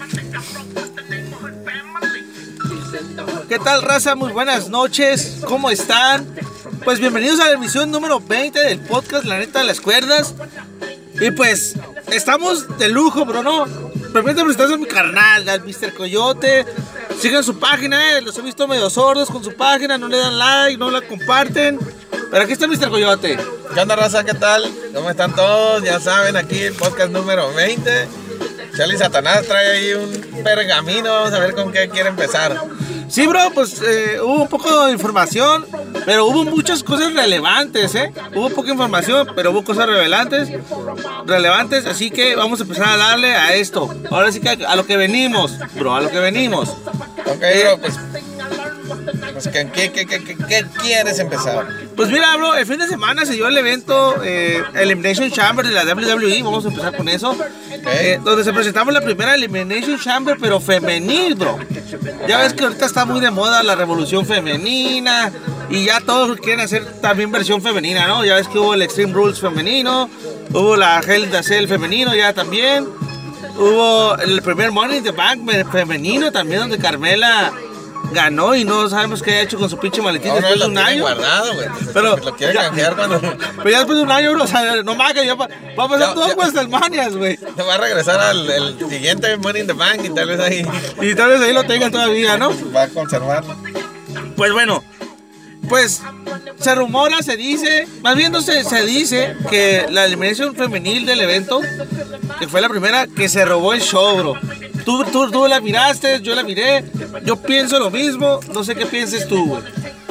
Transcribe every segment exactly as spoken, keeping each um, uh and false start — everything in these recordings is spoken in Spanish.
¿Qué tal, raza? Muy buenas noches, ¿cómo están? Pues bienvenidos a la emisión número veinte del podcast La Neta de las Cuerdas. Y pues, estamos de lujo, bro, ¿no? Permítanme presentarse a mi carnal, al mister Coyote. Sigan su página, eh, los he visto medio sordos con su página, no le dan like, no la comparten. Pero aquí está mister Coyote. ¿Qué onda, raza? ¿Qué tal? ¿Cómo están todos? Ya saben, aquí el podcast número veinte. Charlie Satanás trae ahí un pergamino, vamos a ver con qué quiere empezar. Sí, bro, pues eh, hubo un poco de información, pero hubo muchas cosas relevantes, ¿eh? Hubo poca información, pero hubo cosas relevantes, relevantes, así que vamos a empezar a darle a esto. Ahora sí que a lo que venimos, bro, a lo que venimos. Ok, eh, bro, pues... Pues, ¿qué, qué, qué, qué, qué quieres empezar? Pues mira, bro, el fin de semana se dio el evento eh, Elimination Chamber de la W W E, vamos a empezar con eso, Okay. eh, donde se presentamos la primera Elimination Chamber, pero femenil, bro. Ya ves que ahorita está muy de moda la revolución femenina y ya todos quieren hacer también versión femenina, ¿no? Ya ves que hubo el Extreme Rules femenino, hubo la Hell in a Cell femenino ya también, hubo el primer Money in the Bank femenino también, donde Carmela ganó y no sabemos qué ha hecho con su pinche maletín No, después no, de un lo tiene año. guardado, güey. Pero lo quiere ya, canjear cuando... pero ya después de un año, bro, o sea, no más que ya va, va a pasar Ya, todo ya. con WrestleManias, güey. Te va a regresar al el siguiente Money in the Bank y tal vez ahí Y tal vez ahí lo tengan todavía, ¿no? va a conservarlo. Pues bueno, pues se rumora, se dice, más bien no se, se dice que la eliminación femenil del evento, que fue la primera, que se robó el show, bro. Tú, tú, tú la miraste, yo la miré, yo pienso lo mismo, no sé qué pienses tú, güey.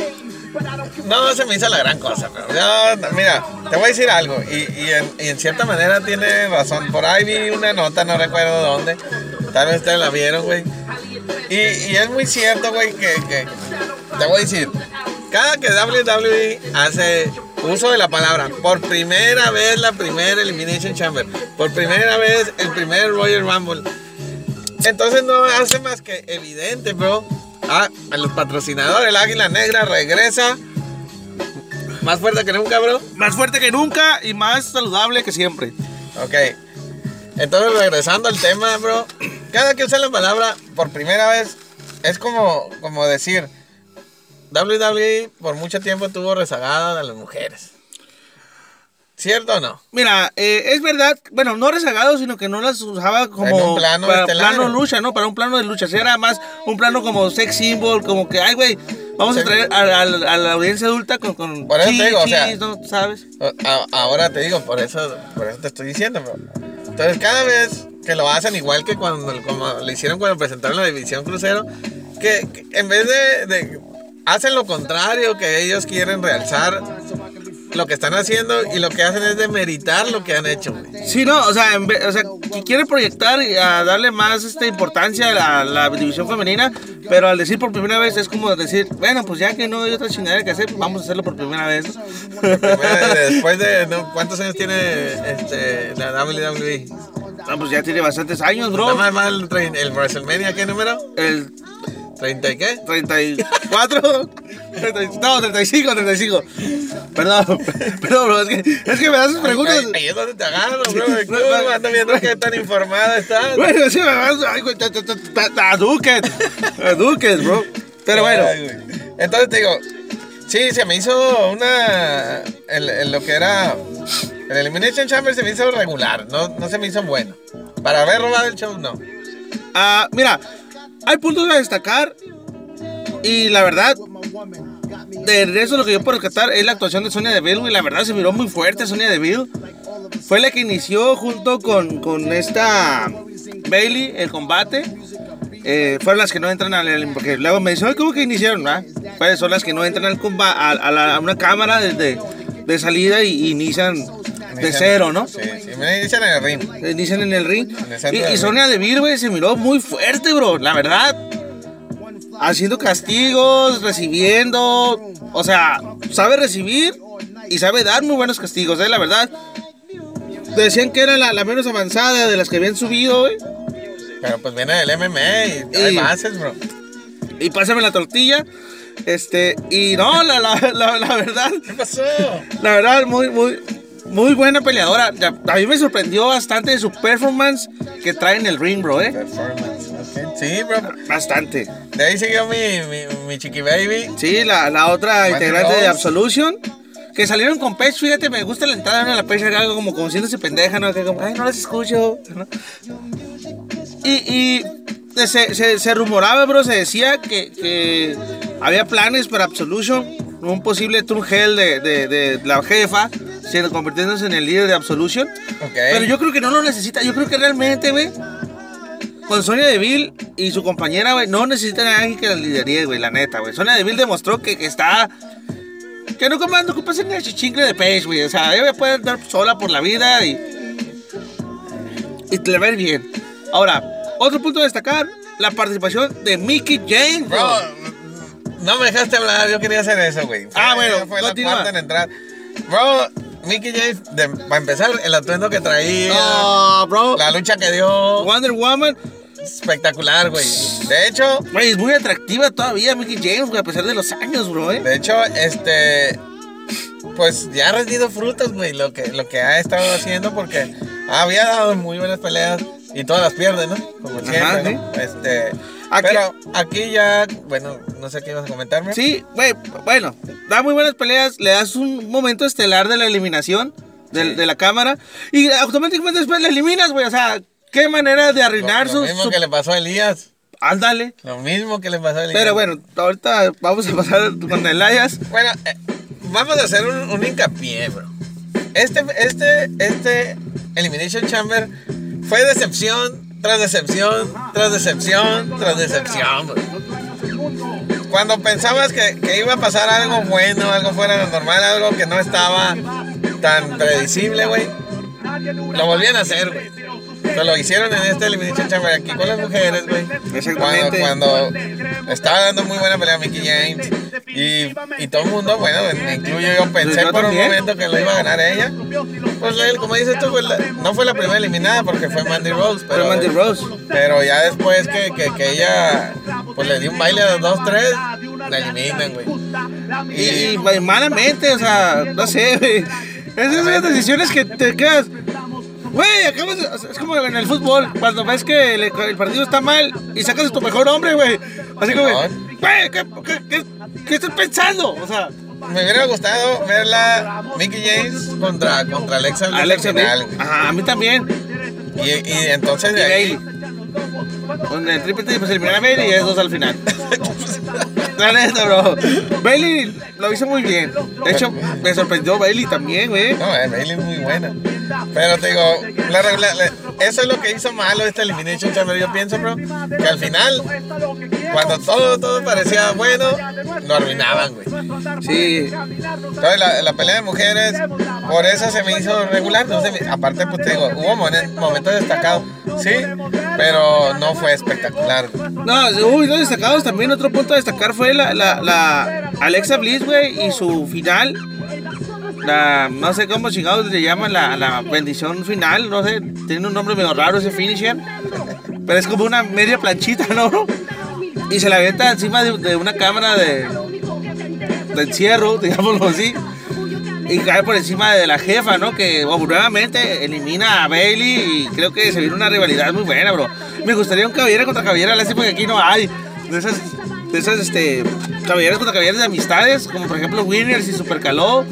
No, se me hizo la gran cosa, pero yo, mira, te voy a decir algo, y, y, en, y en cierta manera tiene razón. Por ahí vi una nota, no recuerdo dónde, tal vez ustedes la vieron, güey. Y, y es muy cierto, güey, que, que te voy a decir, cada que W W E hace uso de la palabra, por primera vez la primera Elimination Chamber, por primera vez el primer Royal Rumble, entonces no hace más que evidente, bro. Ah, a los patrocinadores, el Águila Negra regresa más fuerte que nunca, bro. Más fuerte que nunca y más saludable que siempre. Ok. Entonces, regresando al tema, bro. Cada que usa la palabra por primera vez, es como, como decir, W W E por mucho tiempo tuvo rezagada a las mujeres. ¿Cierto o no? Mira, eh, es verdad, bueno, no rezagado, sino que no las usaba como En un plano para estelar. plano lucha, ¿no? Para un plano de lucha, era más un plano como sex symbol, como que, ay, güey, vamos Sí. a traer a, a- a la audiencia adulta con, con Por eso te digo, o sea, chichis, ¿no? ¿Sabes? A- ahora te digo, por eso, por eso te estoy diciendo, bro. Entonces, cada vez que lo hacen, igual que cuando como lo hicieron cuando presentaron la División Crucero, que, que en vez de, de... hacen lo contrario, que ellos quieren realzar lo que están haciendo y lo que hacen es demeritar lo que han hecho, güey. Sí, no, o sea, en vez- o sea, que quiere proyectar y a darle más este, importancia a la, a la división femenina, pero al decir por primera vez es como decir, bueno, pues ya que no hay otra chingadera que hacer, vamos a hacerlo por primera vez, ¿no? Primero, Después de... ¿no? ¿Cuántos años tiene este, la W W E? Ah, pues ya tiene bastantes años, bro. Nada más, más el, trein- el WrestleMania, ¿qué número? El ¿treinta y qué? treinta y cuatro, treinta y- no, treinta y cinco, treinta y cinco. Perdón, perdón, bro, es que, es que me haces preguntas. Ahí, ahí es donde te agarro, bro. Sí, Tú no, no. ando viendo que tan informada estás. Bueno, sí, me vas, ay, güey, ta- ta- ta- ta- ta- a Duques, a Duques, bro. Pero bueno, Ay, güey. Entonces te digo, sí, se me hizo una... El, el- lo que era... El Elimination Chamber se me hizo regular, no, no se me hizo bueno. Para haber robado el show, no. ah, mira, hay puntos a destacar y la verdad, de eso lo que yo puedo rescatar es la actuación de Sonya Deville, güey. La verdad se miró muy fuerte Sonya Deville. Fue la que inició junto con, con esta Bailey el combate. Eh, fueron las que no entran al... Porque luego me dicen, ¿cómo que iniciaron? ¿Ah? Pues son las que no entran al comba, a, a, la- a una cámara de, de salida y, y inician de cero, ¿no? Sí, sí, me dicen en el ring. Inician en el ring. En el centro Y, del y ring. Sonya Deville, güey, se miró muy fuerte, bro. La verdad. Haciendo castigos, recibiendo. O sea, sabe recibir y sabe dar muy buenos castigos, ¿eh? La verdad. Decían que era la, la menos avanzada de las que habían subido, güey. Pero pues viene del M M A y hay Y- bases, bro. Y pásame la tortilla. Este, y no, la, la, la, la verdad. ¿Qué pasó? La verdad, muy, muy, muy buena peleadora. A mí me sorprendió bastante de su performance que trae en el ring, bro, ¿eh? Performance, okay. Sí, bro. Bastante. De ahí siguió mi, mi, mi chiqui baby. Sí, la, la otra Mandy integrante Rose. de Absolution. Que salieron con Page, fíjate, me gusta la entrada de la Page, algo como, como siéndose pendeja, ¿no? Que como, ay, no las escucho, ¿no? Y, y se, se, se rumoraba, bro, se decía que, que había planes para Absolution, un posible Turn Hell de, de, de la jefa, siendo convirtiéndose en el líder de Absolution. Okay. Pero yo creo que no lo necesita, yo creo que realmente, güey, con Sonya Deville y su compañera, güey, no necesitan a alguien que la liderie, güey, la neta, güey. Sonya Deville demostró que, que está... Que no comando ocupas en el chichincle de Page, güey. O sea, ella puede andar sola por la vida y... Y te la va a ir bien. Ahora, otro punto a destacar, la participación de Mickie James, bro. Bro, no me dejaste hablar, yo quería hacer eso, güey. Fue- Ah, bueno, Fue la continúa. cuarta en entrar. Bro, Mickie James, de- para empezar, el atuendo que traía, Oh, bro. la lucha que dio, Wonder Woman, espectacular, güey. De hecho, güey, es muy atractiva todavía Mickie James, güey, a pesar de los años, bro, eh. de hecho, este, pues ya ha rendido frutos, güey, lo que, lo que ha estado haciendo, porque había dado muy buenas peleas y todas las pierde, ¿no? Como siempre, Ajá, ¿no? Este, Aquí- pero aquí ya, bueno, no sé qué ibas a comentarme. Sí, güey, bueno, da muy buenas peleas, le das un momento estelar de la eliminación de, Sí. de la cámara y automáticamente después la eliminas, güey, o sea, qué manera de Lo, arruinar lo su... mismo su- que le pasó a Elías. Ándale. Lo mismo que le pasó a Elías. Pero bueno, ahorita vamos a pasar con Elias. Bueno, eh, vamos a hacer un, un hincapié, bro. Este, este, este Elimination Chamber fue decepción tras decepción, tras decepción, tras decepción, bro. Cuando pensabas que, que iba a pasar algo bueno, algo fuera de lo normal, algo que no estaba tan predecible, güey, lo volvían a hacer, güey. Pero lo hicieron en este Elimination Chamber aquí con las mujeres, güey. Exactamente. Cuando, cuando estaba dando muy buena pelea a Mickie James. Y, y todo el mundo, bueno, me incluyo yo, pensé Yo por un también. momento que lo iba a ganar ella. Pues él, como dices tú, pues, la- no fue la primera eliminada porque fue Mandy Rose. Pero, Pero Mandy Rose. pero ya después que, que, que ella pues le dio un baile a los dos, tres, la eliminan, güey. Y, y, güey, malamente, o sea, no sé, güey. Esas son las decisiones que te quedas. Güey, acabas de- o sea, es como en el fútbol, cuando ves que el, el partido está mal y sacas a tu mejor hombre, güey. Así como, güey, ¿qué, qué, qué, qué estás pensando? O sea, Me hubiera gustado verla Mickie James contra, contra Alexa Bliss Alexa al final, Bliss. Ajá, a mí también. güey. Y, y entonces Y de ahí. Bailey. Con el triple T, pues eliminar a Bailey y es dos al final. La neta, bro. Bailey lo hizo muy bien. De hecho, me sorprendió Bailey también, güey. No, eh, Bailey es muy buena. Pero te digo, la regla- la- eso es lo que hizo malo esta Elimination Chamber. Yo pienso, bro, que al final, cuando todo, todo parecía bueno, lo arruinaban, güey. Sí. Entonces, la, la pelea de mujeres, por eso se me hizo regular. No se me- aparte, pues te digo, hubo momen- momentos destacados, sí, pero no fue espectacular. No, uy, los destacados también. Otro punto a destacar fue la, la, la Alexa Bliss, güey, y su final. La, no sé cómo chingados le llaman la, la bendición final, no sé, tiene un nombre medio raro ese finisher, pero es como una media planchita, ¿no? Y se la avienta encima de, de una cámara de, de encierro, digámoslo así, y cae por encima de la jefa, ¿no? Que bueno, nuevamente elimina a Bailey y creo que se viene una rivalidad muy buena, bro. Me gustaría un caballero contra caballera, lástima que aquí no hay de esas, de esas, este, caballeros contra caballeras de amistades, como por ejemplo Winners y Super Caló.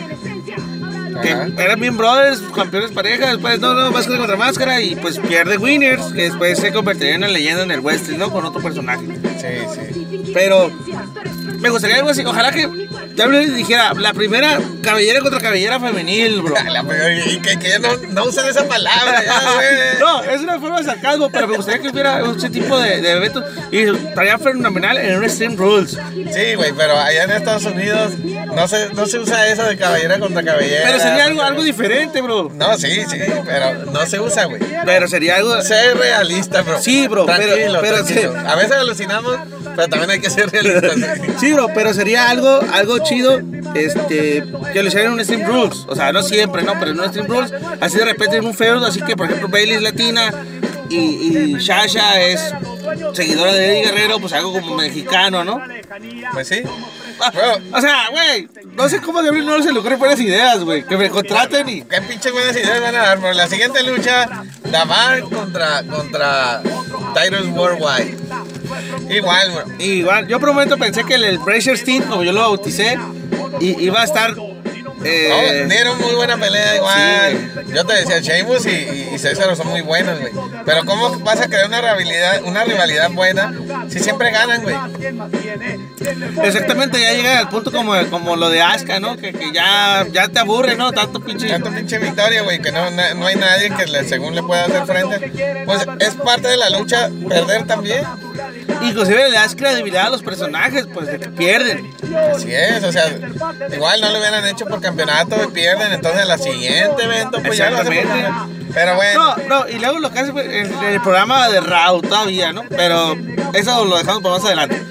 Que Ajá. eran bien brothers, campeones pareja, después no, no, máscara contra máscara y pues pierde Winners, que después se convertiría en una leyenda en el Wrestling, ¿no? Con otro personaje. Sí, sí. Pero me gustaría algo así, ojalá que W W E dijera la primera cabellera contra cabellera femenil, bro. La- y que, que no, no usen esa palabra, ya, güey. No, es una forma de sarcasmo, pero me gustaría que hubiera ese tipo de, de eventos y estaría fenomenal en un Extreme Rules. Sí, güey, pero allá en Estados Unidos no se, no se usa eso de cabellera contra cabellera. Pero sería algo, algo diferente, bro. No, sí, sí, pero no se usa, güey. Pero sería algo... Ser realista, bro. Sí, bro, pero- Tranquilo, pero tranquilo. sí. A veces alucinamos, pero también hay que ser realistas. güey. Sí, bro, pero sería algo, algo chido este, que lo hicieran en un Extreme Rules. O sea, no siempre, ¿no? Pero en un Extreme Rules, así de repente en un feudo, así que, por ejemplo, Bailey es latina y, y Sasha es seguidora de Eddie Guerrero, pues algo como mexicano, ¿no? Pues sí. Bueno, o sea, güey, no sé cómo de abrir no se le ocurren buenas ideas, güey. Que me contraten y... ¿Qué pinches buenas ideas van a dar? Pero la siguiente lucha, Damar contra, contra Titus Worldwide. Igual, bro. Igual, yo por un momento pensé que el, el Pressure Steam, como yo lo bauticé, i- iba a estar... Eh, no, dieron muy buena pelea igual. Sí, yo te decía, Sheamus y, y, y César son muy buenos, güey. Pero ¿cómo vas a crear una rivalidad, una rivalidad buena si siempre ganan, güey? Exactamente, ya llega al punto como, como lo de Asuka, ¿no? Que, que ya, ya te aburre, ¿no? Tanto pinche... Tanto pinche victoria, güey, que no, no hay nadie que le, según le pueda hacer frente. Pues es parte de la lucha perder también. Inclusive le das credibilidad a los personajes, pues, de que pierden. Así es, o sea, igual no lo hubieran hecho por campeonato y pierden, entonces en el siguiente evento, pues ya lo hacen por... Pero bueno. No, no, y luego lo que hace en, en el programa de Raw todavía, ¿no? Pero eso lo dejamos para más adelante.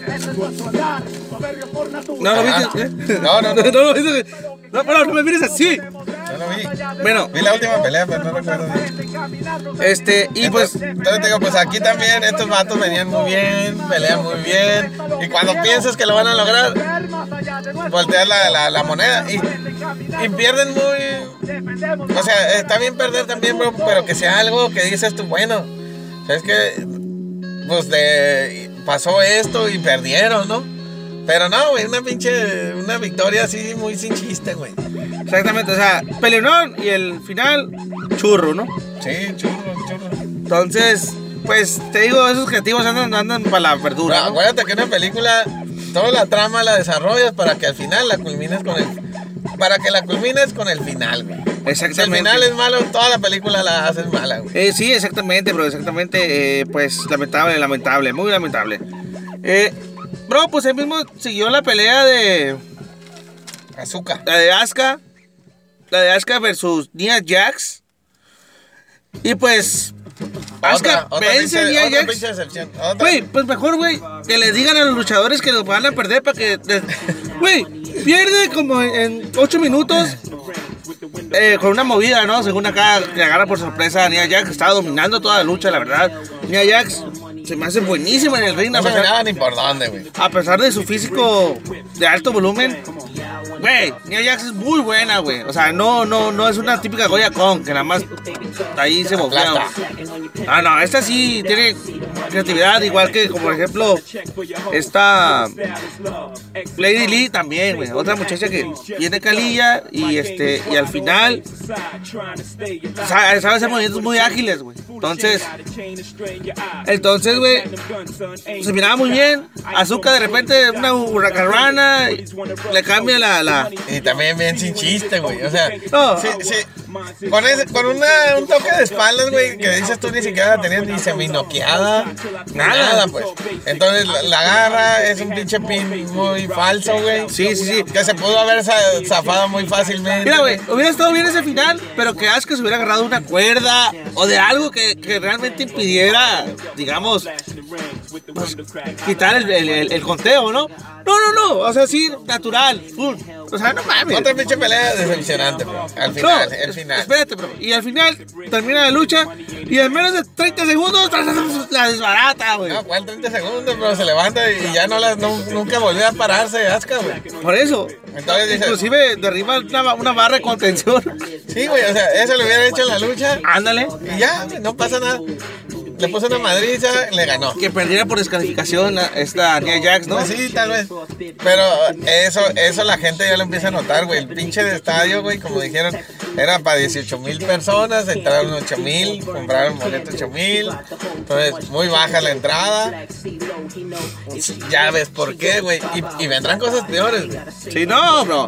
¿No lo viste? ¿Eh? No, no, no. no, lo viste. No, pero no me mires así. Yo lo vi. Bueno. Vi la última pelea, pero no recuerdo. Este, y entonces, pues... Entonces te digo, pues aquí también estos vatos venían muy bien, pelean muy bien. Y cuando piensas que lo van a lograr, voltear la, la, la moneda y, y pierden muy... O sea, está bien perder también, bro, pero que sea algo que dices tú, bueno, ¿sabes qué? Pues de... pasó esto y perdieron, ¿no? Pero no, güey, una pinche, una victoria así muy sin chiste, güey. Exactamente, o sea, peleonón y el final, churro, ¿no? Sí, churro, churro. Entonces, pues, te digo, esos objetivos andan, andan para la verdura, no, ¿no? Acuérdate que una película, toda la trama la desarrollas para que al final la culmines con el... Para que la culmines con el final, güey. Exactamente. Si el final es malo, toda la película la haces mala, güey. Eh, sí, exactamente, bro, exactamente, eh, pues, lamentable, lamentable, muy lamentable. Eh... Bro, pues él mismo siguió la pelea de... Asuka. La de Asuka. La de Asuka versus Nia Jax. Y pues... Asuka vence a Nia Jax. Güey, pues mejor, güey, que les digan a los luchadores que los van a perder para que... Güey, pierde como en ocho minutos. Eh, con una movida, ¿no? Según acá, que agarra por sorpresa a Nia Jax. Estaba dominando toda la lucha, la verdad. Nia Jax... se me hace buenísima en el ring. No se me nada ni por dónde, güey. A pesar de su físico de alto volumen, güey, Nia Jax es muy buena, güey. O sea, no, no, no es una típica Goya Kong que nada más ahí se bofea. Ah, no, esta sí tiene creatividad, igual que, como por ejemplo, esta Lady Lee también, güey. Otra muchacha que tiene calilla y este y al final sabe, sabe hacer movimientos muy ágiles, güey. Entonces, entonces, güey, se miraba muy bien. Asuka de repente una hurracarrana le cambia la, la... Y también bien sin chiste, güey. O sea, no. sí, sí. Con, ese, con una, un toque de espaldas, güey, que dices tú ni siquiera la tenías ni seminoqueada. Nada, nada, pues. Entonces la, la agarra, es un pinche pin muy falso, güey. Sí, sí, sí. Que se pudo haber zafado muy fácilmente. Mira, güey, hubiera estado bien ese final, pero que Asuka se hubiera agarrado una cuerda o de algo que, que realmente impidiera, digamos, pues, quitar el, el, el, el conteo, ¿no? No, no, no, o sea, sí, natural, full. O sea, no mames. Otra pinche pelea decepcionante, bro. Al final, no, el final. Espérate, bro. Y al final termina la lucha y en menos de treinta segundos la desbarata, güey. No, ¿cuál treinta segundos, bro? Se levanta y ya no la, no, nunca volvió a pararse Asuka, güey. Por eso. Entonces, inclusive dice, derriba una, una barra de contención. Sí, güey, o sea, eso lo hubiera hecho en la lucha. Ándale. Y ya, no pasa nada. Le puso una madriza, le ganó. Que perdiera por descalificación esta Nia Jax, ¿no? Pues sí, tal vez. Pero eso, eso la gente ya lo empieza a notar, güey. El pinche de estadio, güey, como dijeron, era para dieciocho mil personas, entraron ocho mil, compraron boleto ocho mil. Entonces, muy baja la entrada. Ya ves por qué, güey. Y, y vendrán cosas peores, güey. Sí, no, bro.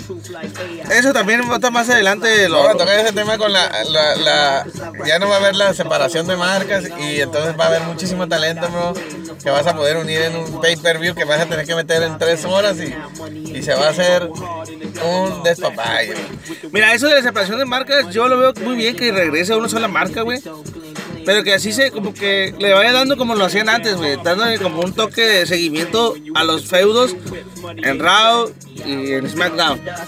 Eso también está más adelante. Lo... Vamos a tocar ese tema con la, la, la... Ya no va a haber la separación de marcas. Y entonces va a haber muchísimo talento, bro, que vas a poder unir en un pay-per-view que vas a tener que meter en tres horas y, y se va a hacer un despapalle. Mira, eso de la separación de marcas, yo lo veo muy bien que regrese a una sola marca, güey. Pero que así se, como que le vaya dando como lo hacían antes, güey. Dándole como un toque de seguimiento a los feudos en Raw y en SmackDown.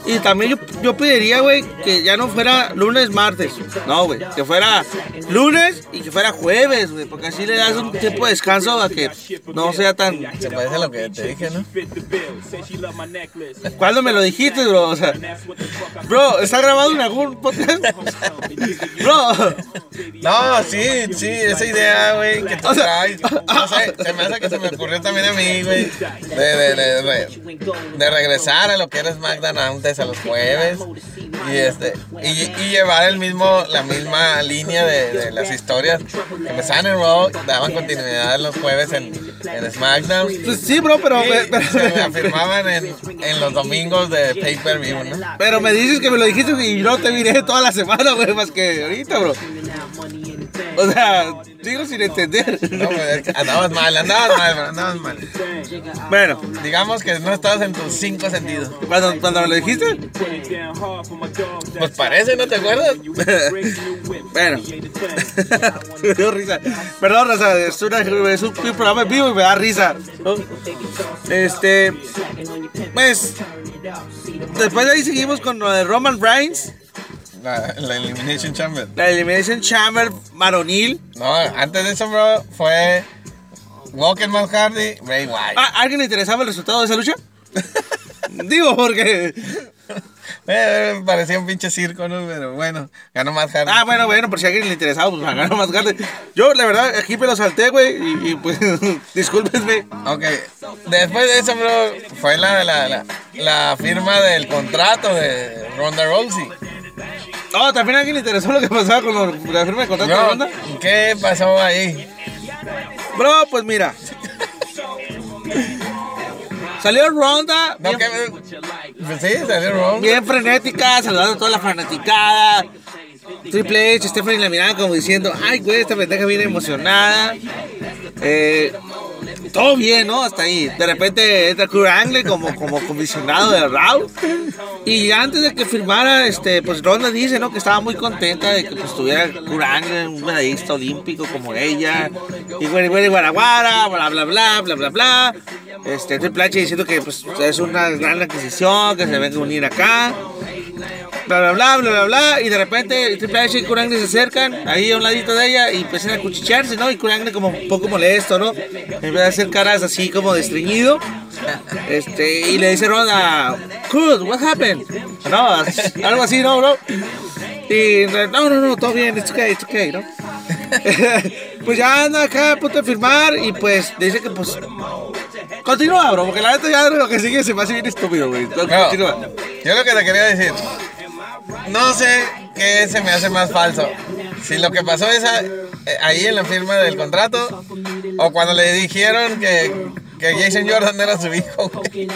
Y también yo, yo pediría, güey, que ya no fuera lunes, martes. No, güey, que fuera lunes y que fuera jueves, güey, porque así le das un tiempo de descanso a que no sea tan... Se parece a lo que te dije, ¿no? ¿Cuándo me lo dijiste, bro? O sea, bro, ¿está grabado en algún podcast? Bro. No, sí, sí, esa idea, güey, que tú traes. No sé, se me hace que se me ocurrió también a mí, güey, de, de, de, de, de regresar a lo que era SmackDown antes, a los jueves, y este y, y llevar el mismo, la misma línea de, de las historias que empezaban en Raw, daban continuidad los jueves en, en SmackDown. Pues sí, bro, pero... Y pero se afirmaban en, en los domingos de pay-per-view, ¿no? Pero me dices que me lo dijiste y no te miré toda la semana, güey, más que ahorita, bro. O sea, sigo sin entender. No, pues, andabas mal, andabas mal, bro, andabas mal. Bueno, digamos que no estabas en tus cinco sentidos. ¿Cuándo, cuando me lo dijiste? Pues parece, ¿no te acuerdas? Bueno. Me dio risa. Perdón, o sea, es, una, es un programa en vivo y me da risa, ¿no? Este, pues, después de ahí seguimos con lo de Roman Reigns. La, la Elimination Chamber. La Elimination Chamber varonil. No, antes de eso, bro, fue Walker Matt Hardy, Bray Wyatt. ¿A alguien le interesaba el resultado de esa lucha? Digo, porque... Eh, parecía un pinche circo, ¿no? Pero bueno, ganó Matt Hardy. Ah, bueno, bueno, por si a alguien le interesaba, pues ganó Matt Hardy. Yo, la verdad, aquí me lo salté, güey, y, y pues, discúlpenme. Ok, después de eso, bro, fue la, la, la, la firma del contrato de Ronda Rousey. Oh, ¿también a alguien le interesó lo que pasaba con lo, la firma de contrato Bro, de Ronda? ¿qué pasó ahí? Bro, pues mira. Salió Ronda, No, bien, ¿qué? Pues sí, salió Ronda. bien frenética, saludando a toda la fanaticada. Triple H, Stephanie la miraba como diciendo, ay, güey, esta pendeja viene emocionada. Eh, todo bien, ¿no? Hasta ahí. De repente entra Kurt Angle como, como comisionado de Raw. Y antes de que firmara, este, pues Ronda dice, ¿no? Que estaba muy contenta de que pues tuviera Kurt Angle, un medallista olímpico como ella. Y güey, güey, guaraguara, bla, bla, bla, bla, bla, bla. Este, Triple H diciendo que pues es una gran adquisición, que se venga a unir acá. Bla, bla, bla, bla, bla, bla, y de repente Triple H y Kurt Angle se acercan ahí a un ladito de ella y empiezan a cuchichearse, ¿no? Y Kurt Angle como un poco molesto, ¿no? Empieza a hacer caras así como de estreñido. Este, y le dice Ronda, Kurt, what happened? No, algo así, ¿no, bro? Y no, no, no, todo bien, it's okay, it's okay, ¿no? Pues ya anda acá a punto de firmar y pues dice que pues... Continúa, bro, porque la neta ya lo que sigue se me hace bien estúpido, güey. Continúa. No, yo lo que te quería decir, no sé qué se me hace más falso. Si lo que pasó es a, eh, ahí en la firma del contrato o cuando le dijeron que, que Jason Jordan era su hijo, güey.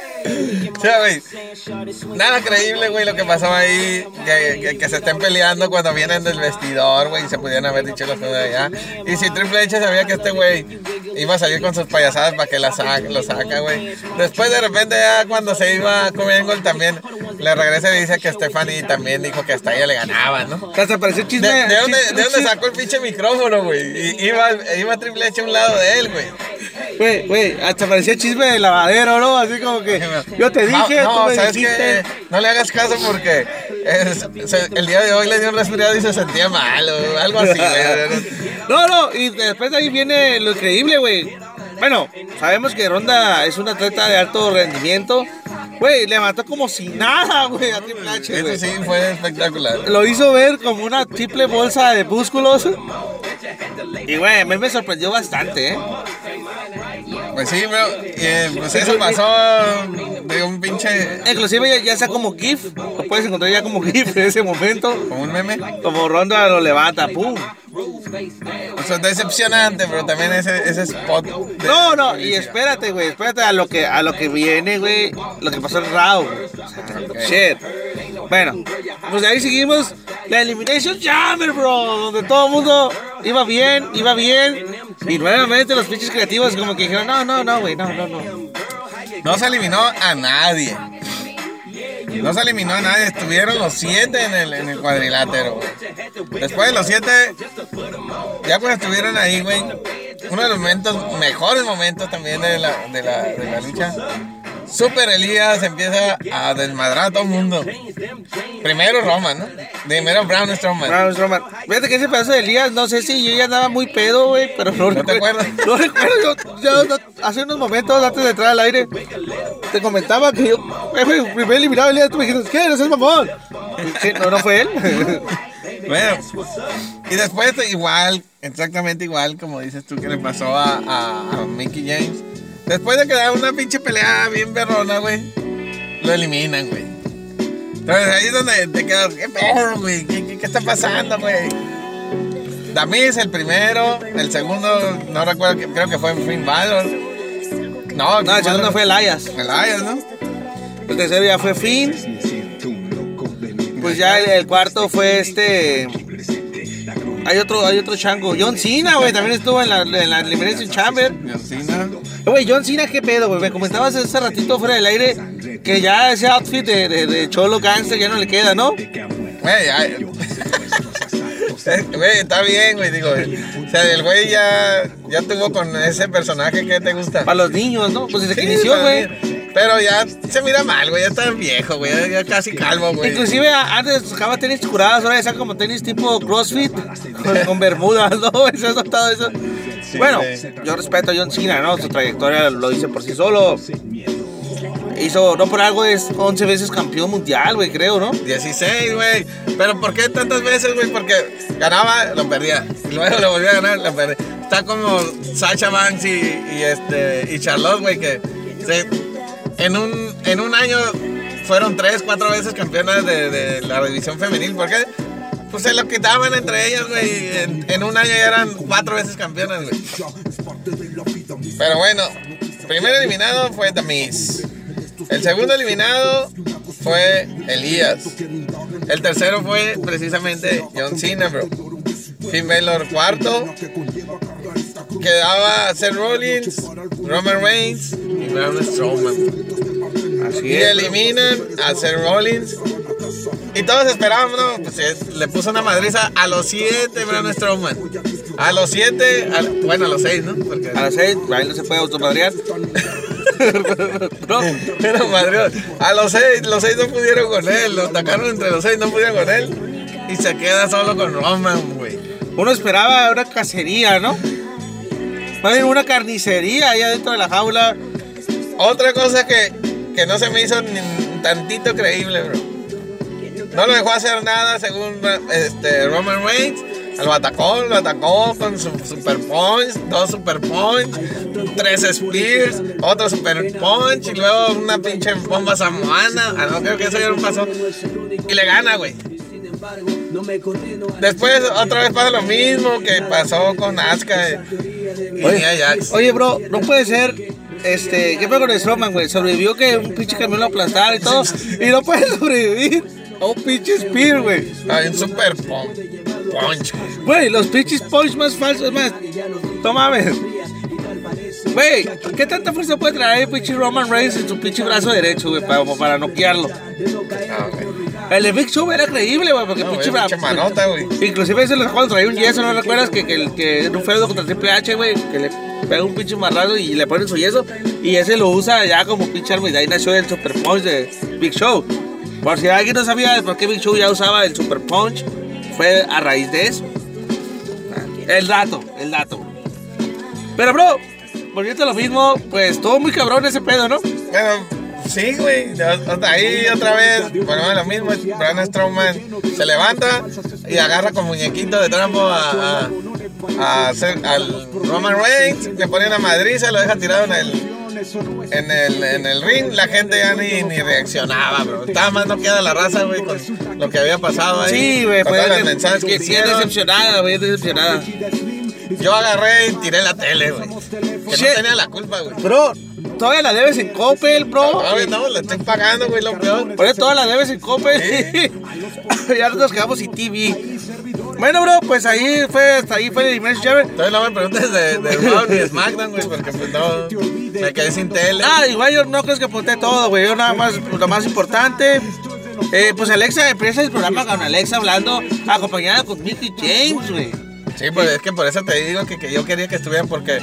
O sea, güey, nada creíble, güey, lo que pasó ahí, que, que, que se estén peleando cuando vienen del vestidor, güey, y se pudieran haber dicho las cosas de allá. Y si Triple H sabía que este güey iba a salir con sus payasadas para que la saca, lo saca, güey. Después de repente ya cuando se iba con Angle también le regresa y dice que Stephanie también dijo que hasta ella le ganaba, ¿no? Hasta pareció chisme. ¿De, de, dónde, chisme, ¿de dónde sacó el pinche micrófono, güey? Y iba, iba Triple H a un lado de él, güey. Güey, güey, hasta parecía chisme de lavadero, ¿no? Así como que yo te dije, no, no, tú me ¿sabes dijiste. qué? No le hagas caso porque es, se, el día de hoy le dio un resfriado y se sentía mal o algo así, güey. No, no, y después de ahí viene lo increíble, güey. Bueno, sabemos que Ronda es una atleta de alto rendimiento. Güey, le mató como si nada, güey, a Triple H, güey. Eso sí fue espectacular. Lo hizo ver como una triple bolsa de músculos. Y, güey, a mí me sorprendió bastante, ¿eh? Pues sí, bro, eh, pues eso pasó de un pinche... Inclusive ya, ya sea como GIF, lo puedes encontrar ya como GIF en ese momento. Como un meme. Como Ronda lo levanta, pum. O sea, decepcionante, pero también ese, ese spot. De, no, no, y espérate, güey, espérate a lo que a lo que viene, güey, lo que pasó en Raw, güey. O sea, okay. Shit. Bueno, pues de ahí seguimos la Elimination Chamber, bro, donde todo el mundo iba bien, iba bien, y nuevamente los pinches creativos como que dijeron, no, no, no, güey, no, no, no. No se eliminó a nadie. No se eliminó a nadie, estuvieron los siete en el, en el cuadrilátero, güey. Después de los siete, ya cuando estuvieron ahí, güey, uno de los momentos, mejores momentos también de la, de la, de la lucha, Super Elías empieza a desmadrar a todo el mundo. Primero Roman, ¿no? Primero Braun Strowman. Braun Strowman. Fíjate que ese pedazo de Elías, no sé si yo ya andaba muy pedo, güey, pero no, ¿No te acuerdas? No recuerdo, yo, yo no, hace unos momentos antes de entrar al aire, te comentaba que yo, güey, primer eliminado a Elías, tú me dijiste, ¿qué? ¿No es el mamón? Sí, no, no fue él. Bueno, y después igual, exactamente igual, como dices tú que le pasó a, a, a Mickie James. Después de que da una pinche pelea bien berrona, güey, lo eliminan, güey. Entonces ahí es donde te quedas, ¿qué pedo, güey? ¿Qué, qué, qué está pasando, güey? Damis el primero, el segundo, no recuerdo, creo que fue Finn Balor. No, no, el segundo fue Elias. Elias, ¿no? El tercero ya fue Finn. Pues ya el, el cuarto fue este... Hay otro, hay otro chango. John Cena, güey, también estuvo en la, en la Elimination Chamber. John Cena. Güey, John Cena, ¿qué pedo, güey? Me comentabas hace ratito fuera del aire que ya ese outfit de, de, de cholo gangster ya no le queda, ¿no? Güey, ya... Güey, está bien, güey, digo. O sea, el güey ya, ya tuvo con ese personaje que te gusta. Para los niños, ¿no? Pues desde que Sí, inició, güey. Pero ya se mira mal, güey, ya está viejo, güey, ya casi calvo, güey. Inclusive antes sacaba tenis curadas, ahora ya saca como tenis tipo CrossFit, con, con bermudas, ¿no? Eso es todo eso. Sí, bueno, güey. yo respeto a John Cena, ¿no? Su trayectoria lo dice por sí solo. Hizo, no por algo, es once veces campeón mundial, güey, creo, ¿no? dieciséis, güey. Pero ¿por qué tantas veces, güey? Porque ganaba, lo perdía. Y luego lo volvía a ganar, lo perdía. Está como Sasha Banks y, y, este, y Charlotte, güey, que se, en, un, en un año fueron tres, cuatro veces campeonas de, de la división femenil. ¿Por qué? Pues se lo quitaban entre ellas, güey. En, en un año ya eran cuatro veces campeonas, güey. Pero bueno, el primer eliminado fue The Miz. El segundo eliminado fue Elías. El tercero fue precisamente John Cena, bro. Finn Balor cuarto. Quedaba Seth Rollins, Roman Reigns y Braun Strowman. Así Y es. eliminan a Seth Rollins. Y todos esperábamos, ¿no? Pues es- le puso una madriza a los siete Braun Strowman. A los siete, a- bueno, a los seis, ¿no? Porque A las seis, ahí no se puede automadrear. No, Pero madre, a los seis, los seis no pudieron con él, lo atacaron entre los seis, no pudieron con él. Y se queda solo con Roman, güey. uno esperaba una cacería, ¿no? Más bien una carnicería ahí adentro de la jaula. Otra cosa que, que no se me hizo ni tantito creíble, bro. No lo dejó hacer nada según este, Roman Reigns. Lo atacó, lo atacó con su super punch, dos super punch, tres spears, otro super punch y luego una pinche bomba samoana. Ah, no, creo que eso ya no pasó. Y le gana, güey. Después otra vez pasa lo mismo que pasó con Asuka y Oye, Nia Jax. oye, bro, no puede ser. Este, ¿qué fue con el Strowman, güey? Sobrevivió que un pinche camión lo aplastara y todo. Y no puede sobrevivir a un pinche spear, güey. Hay un super punch. punch. Güey, los pinches punch más falsos, más. No mames. Güey, ¿qué tanta fuerza puede traer el pinche Roman Reigns en su pinche brazo derecho, güey, para, como para noquearlo? No, güey. El de Big Show era creíble, güey, porque No, pinche, güey, pinche manota, güey. Inclusive ese lo cuando traía un yeso, ¿no recuerdas? Que, que, que en un feudo contra Triple H, güey, que le pega un pinche marrazo y le ponen su yeso. Y ese lo usa ya como pinche arma y de ahí nació el Super Punch de Big Show. Por si alguien no sabía por qué Big Show ya usaba el Super Punch, fue a raíz de eso. El dato, el dato. Pero, bro, volviendo a lo mismo, pues todo muy cabrón ese pedo, ¿no? Bueno, sí, güey. Hasta ahí otra vez, bueno, lo mismo. Braun Strowman se levanta y agarra con muñequito de trampo a, a, a hacer, al Roman Reigns. Le pone una madriza, lo deja tirado en el, en el, en el ring. La gente ya ni, ni reaccionaba, bro. Estaba más noqueada la raza, güey, con lo que había pasado ahí. Sí, güey, con fue todos que, los mensajes que que sí, hicieron. decepcionada, güey, decepcionada. Yo agarré y tiré la tele, güey. Que Shit. no tenía la culpa, güey. Bro, todavía la debes en Coppel, bro. No, güey, no, la estoy pagando, güey, lo peor. Por eso toda la debes en Coppel. Ya nos quedamos sin T V. Bueno, bro, pues ahí fue, hasta ahí fue el Elimination Chamber. Entonces no me preguntes de, de Raw ni de SmackDown, güey, porque pues no, me quedé sin tele. Ah, igual yo no creo que apunté todo, güey. Yo nada más, lo más importante. Eh, pues Alexa, empieza el programa con Alexa hablando, acompañada con Mickie James, güey. Sí, pues es que por eso te digo que, que yo quería que estuvieran, porque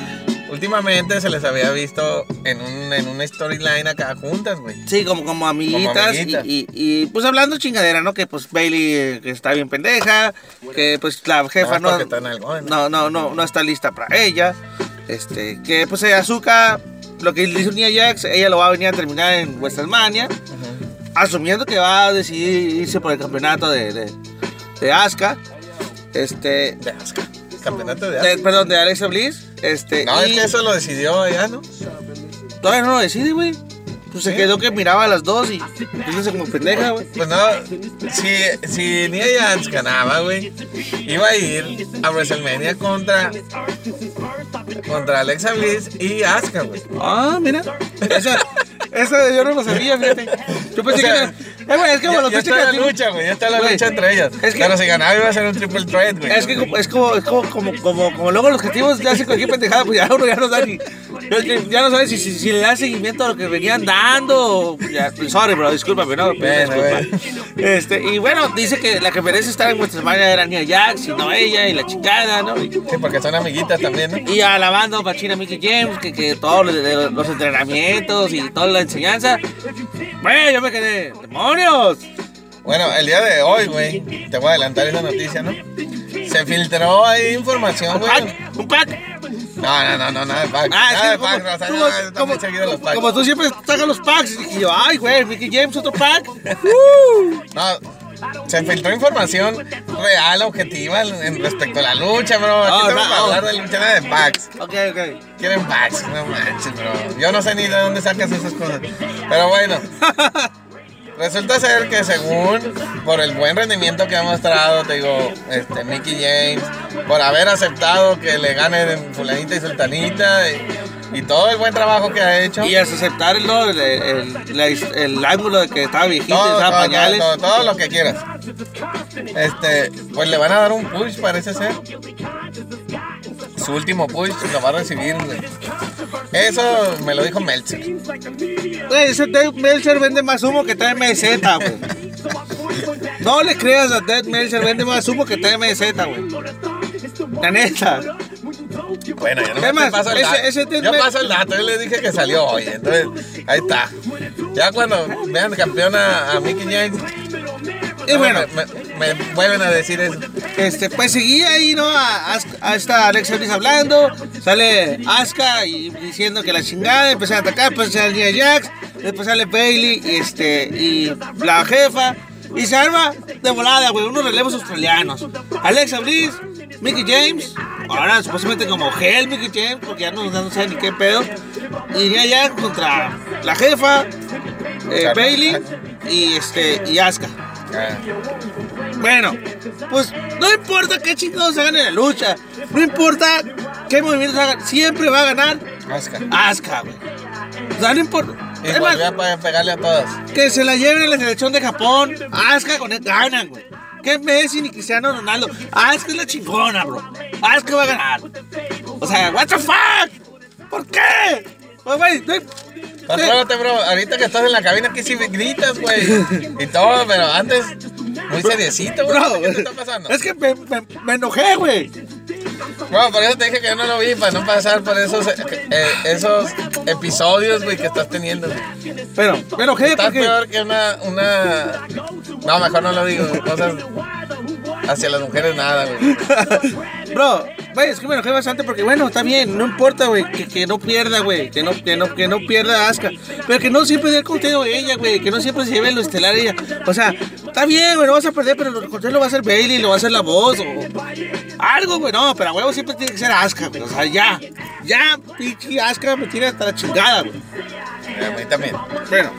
últimamente se les había visto en un en una storyline acá juntas, güey. Sí, como, como amiguitas, Como amiguitas. Y, y, y pues hablando chingadera, ¿no? Que pues Bailey eh, que está bien pendeja, que pues la jefa Nada más no, porque está en algo, ¿no? no, no, no, no está lista para ella. Este, que pues eh, Asuka, lo que le hizo Nia Jax, ella lo va a venir a terminar en WrestleMania, Ujú. asumiendo que va a decidir irse por el campeonato de, de, de Asuka. Este, De Asuka. Campeonato de de- Asuka. perdón, de Alexa Bliss. Este, No, y es que eso lo decidió allá, ¿no? todavía no lo decide, güey. Pues se ¿Sí? quedó que miraba a las dos y hizo como pendeja, güey. Pues no, si, si Nia Jax ganaba, güey, iba a ir a WrestleMania contra contra Alexa Bliss y Asuka, güey. Ah, mira. Esa, esa yo no lo sabía, fíjate. Yo pensé O sea, que. Eh, güey, es que como Ya, los ya pinches está la creativos- lucha, güey, ya está la Güey, lucha entre ellas. es que- Pero si ganaba iba a ser un triple threat, güey. Es que como- es como, es como, como, como, como luego los creativos ya hacen cualquier pendejada, pues ya uno ya no sabe ni. Ya, ya no sabe si, si, si le da seguimiento a lo que venían dando. o- Ya, sorry, bro, discúlpame, no, Bueno, disculpa. Este, y bueno, dice que la que merece estar en WrestleMania era Nia Jax y no ella, y la chingada, ¿no? Y, Sí, porque son amiguitas también, ¿no? y alabando a China Mickey James, que, que todos los, de los entrenamientos y toda la enseñanza. Bueno, yo me quedé, ¡demonios! Bueno, el día de hoy, güey, te voy a adelantar esa noticia, ¿no? Se filtró ahí información, ¿Un güey. pack? ¿Un pack? No, no, no, no, nada de pack. Ah, Nada de sí, pack, como, Rosa, tú- no, está como, muy seguido los packs. como tú siempre sacas los packs. Y yo, ay, güey, Mickey James, otro pack. Uh. No, se filtró información real, objetiva en, en respecto a la lucha, bro. Aquí Oh, estamos no, para oh. hablar de lucha, nada de packs. Ok, ok. Quieren packs, no manches, bro. Yo no sé ni de dónde sacas esas cosas. Pero bueno, resulta ser que según por el buen rendimiento que ha mostrado, te digo, este, Mickey James, por haber aceptado que le ganen fulanita y sultanita y, y todo el buen trabajo que ha hecho. Y al aceptar el, el, el, la- el ángulo de que estaba viejito, Todo, usaba todo, pañales. todo, todo, todo lo que quieras. Este, pues le van a dar un push, parece ser. Su último push lo va a recibir, güey. Eso me lo dijo Meltzer. Güey, ese Dave Meltzer vende más humo que T M Z, güey. No le creas a Dave Meltzer, vende más humo que T M Z, güey. La neta. Bueno, yo no Es me más, paso el ese- dato. ese Ted Yo Mel- paso el dato, yo le dije que salió hoy, entonces ahí está. Ya cuando vean campeona a Mickey James, Y bueno, me, me- me vuelven a decir eso. este, pues seguía ahí, ¿no? A, As- a esta Alexa Bliss hablando. Sale Asuka y diciendo que la chingada. Empezó a atacar, pues sale Nia Jax. Después sale Bailey y, este, y la jefa. Y se arma de volada, güey. Unos relevos australianos. Alexa Bliss, Mickey James. Ahora supuestamente como Hell Mickey James, porque ya no, no sé ni qué pedo. Y Nia Jax contra la jefa, eh, Carla. Bailey y, este, y Asuka. Ah, Bueno, pues no importa qué chingados hagan en la lucha, no importa qué movimientos hagan, siempre va a ganar Asuka. Asuka, güey. O sea, no importa. Y Es más, volvió a pe- pegarle a todas. que se la lleven a la selección de Japón, Asuka con él ganan, güey. Que Messi ni Cristiano Ronaldo, Asuka es la chingona, bro. Asuka va a ganar. O sea, what the fuck? ¿Por qué? Pues, güey, no hay- Contrólate, bro. Ahorita que estás en la cabina aquí sí gritas, güey. Y todo, pero antes muy seriecito, bro. Bro, ¿Qué te está pasando? es que me, me, me enojé, güey. Bro, por eso te dije que yo no lo vi, para no pasar por esos, eh, eh, esos episodios, güey, que estás teniendo. Pero me enojé Estás porque... peor que una, una... No, mejor no lo digo, güey. Cosas hacia las mujeres nada, güey. Bro, güey, es que me enojé bastante porque, bueno, está bien, no importa, güey, que, que no pierda, güey, que no, que, no, que no pierda Asuka, pero que no siempre dé el conteo ella, güey, que no siempre se lleve lo estelar ella. O sea, está bien, güey, no vas a perder, pero el conteo lo va a hacer Bailey, lo va a hacer la voz, o algo, güey, no, pero a huevo siempre tiene que ser Asuka, güey, o sea, ya, ya, pinche Asuka me tiene hasta la chingada, güey. A mí también. Bueno,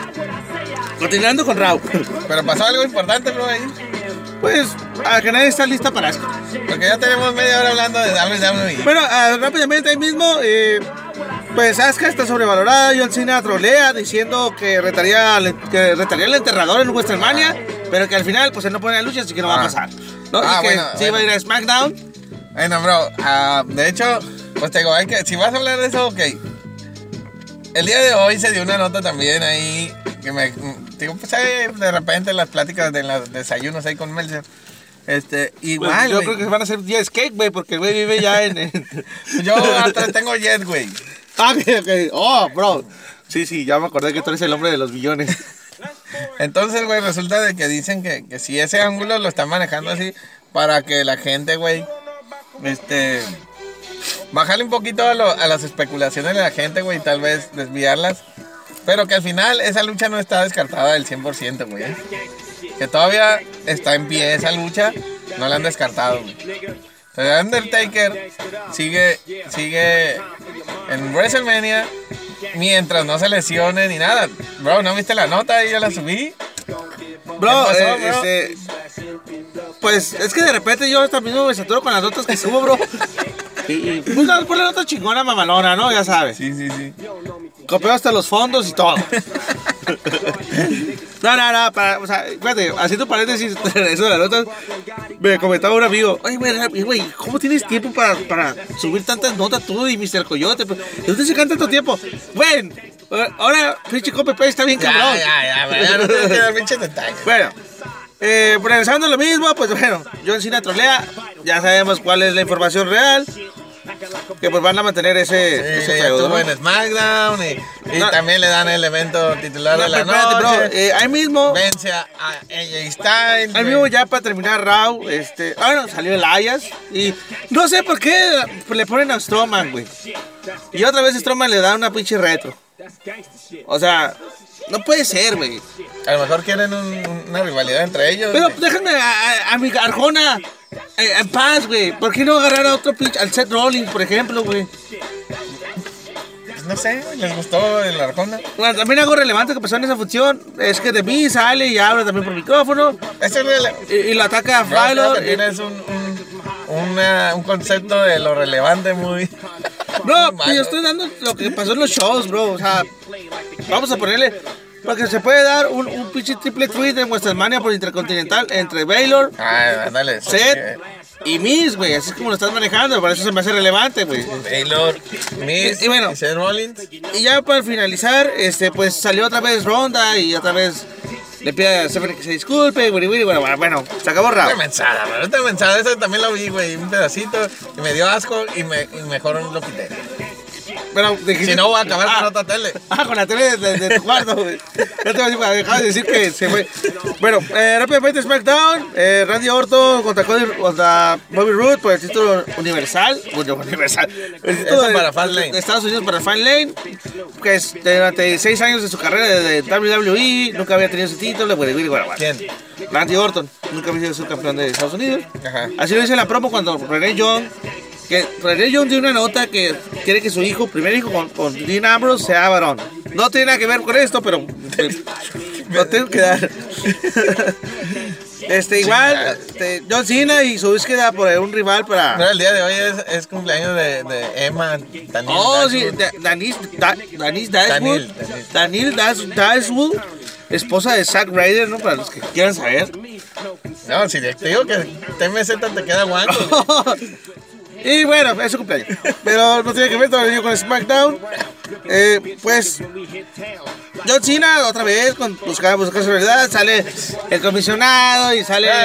continuando con Raw, Pero pasó algo importante, bro, ahí. pues, a que nadie está lista para Asuka. Porque ya tenemos media hora hablando de W W E. Bueno, ah, rápidamente ahí mismo, eh, pues Asuka está sobrevalorada. John Cena trolea diciendo que retaría, al- que retaría al enterrador en WrestleMania, pero que al final pues él no pone la lucha, así que no va a Ah. pasar. ¿No? Ah, y que bueno, sí va a ir bueno. a SmackDown. Bueno, bro, ah, de hecho, pues te digo, hay que, si vas a hablar de eso, ok. El día de hoy se dio una nota también ahí que me, digo, pues ahí, de repente en las pláticas de los desayunos ahí con Meltzer, Este, Pues, igual, yo güey. creo que van a hacer jet skate, güey, porque el güey vive ya en... en... Yo hasta tengo jet, güey. Ah, ok, ok. Oh, bro. Sí, sí, ya me acordé que tú eres el hombre de los billones. Entonces, güey, resulta de que dicen que, que si ese ángulo lo están manejando así para que la gente, güey, este... bajarle un poquito a, lo, a las especulaciones de la gente, güey, y tal vez desviarlas. Pero que al final esa lucha no está descartada del cien por ciento, güey. ¿eh? Que todavía está en pie esa lucha, no la han descartado, güey. Entonces, Undertaker sigue, sigue en WrestleMania mientras no se lesione ni nada. Bro, ¿no viste la nota? Ahí yo la subí. Bro, ¿Qué pasó, eh, bro? este... Pues es que de repente yo también me saturo con las notas que subo, bro. Y, y pues por la nota chingona mamalona, ¿no? Ya sabes. Sí, sí, sí. Copió hasta los fondos y todo. No, no, no, para, o sea, fíjate, haciendo paréntesis, eso de las notas, me comentaba un amigo, oye, güey, güey, ¿cómo tienes tiempo para, para subir tantas notas tú y mister Coyote? ¿De dónde se canta tanto tiempo? Bueno, ahora, pinche copy paste está bien Ya, cabrón. ya, ya, güey, ya no tengo que dar pinches detalles. Bueno, eh, regresando a lo mismo, pues bueno, John Cena trolea, ya sabemos cuál es la información real. Que pues van a mantener ese, Sí, ese ya feudo, estuvo ¿no? en SmackDown y, y No. también le dan el evento titular No, de la pero espérate, noche. bro, eh, ahí mismo, Vence a, a A J Styles. ahí güey. mismo ya para terminar Raw, este, ah, bueno, salió Elias y no sé por qué le ponen a Strowman, güey. Y otra vez Strowman le da una pinche retro. O sea, no puede ser, güey. A lo mejor quieren un- una rivalidad entre ellos. Pero güey. déjame a, a- a mi Arjona eh, en paz, güey. ¿Por qué no agarrar a otro pinche, al Seth Rollins, por ejemplo, güey? Pues no sé, güey, les gustó el Arjona. Bueno, también algo relevante que pasó en esa función es que The Miz sale y habla también por micrófono Eso es rele- y, y lo ataca a Bro, creo Fallon. que tienes un, un, una- un concepto de lo relevante muy. No, muy pues yo malo. estoy dando lo que pasó en los shows, bro. O sea, vamos a ponerle. Porque se puede dar un, un pinche triple threat en WrestleMania por Intercontinental entre Baylor, Ay, ándale. eso sí, Seth y Miz, güey. Así es como lo estás manejando. Por eso se me hace relevante, güey. eh. Taylor, Miz Y- y bueno. y Seth Rollins. Y ya para finalizar, este, pues salió otra vez Ronda y otra vez le pide a Stephanie que se disculpe. Güey, güey, bueno, bueno, bueno, se acabó Esta Raw. mensada, bro. Esta mensada, esa también la vi, güey. Un pedacito. Y me dio asco y, me, y mejor lo quité. Pero dijiste- Si no, voy a acabar Ah, con otra tele. Ah, con la tele de, de- de tu cuarto, güey. Ya te voy a decir, para dejar de decir que se fue. Bueno, eh, rápidamente SmackDown. Eh, Randy Orton contra, Cody, contra Bobby Roode por el título universal. Bueno, universal. El título Eso de, para Fastlane. de Estados Unidos para Fastlane. Que es durante seis años de su carrera de, de W W E. Nunca había tenido ese título. Bueno, bueno, bueno, bueno. ¿Quién? Randy Orton. Nunca había sido subcampeón de Estados Unidos. Ajá. Así lo dice en la promo cuando Renee Young, que Renee Young tiene una nota que quiere que su hijo, primer hijo con, con Dean Ambrose, sea varón. No tiene nada que ver con esto, pero pues, lo tengo que dar. Este, igual, este, John Cena y su búsqueda por un rival para... No, el día de hoy es, es cumpleaños de, de Emma. Daniel Oh, sí, Dashwood. Da- Danis, Da- Danis Dashwood. Daniel, Daniel. Daniel Dash- Dashwood, esposa de Zack Ryder, ¿no? Para los que quieran saber. No, si te digo que T M Z te queda guango. Y bueno, es su cumpleaños. Pero no tiene que ver todavía con SmackDown. Eh, pues John Cena otra vez con buscar buscar su realidad. Sale el comisionado y sale.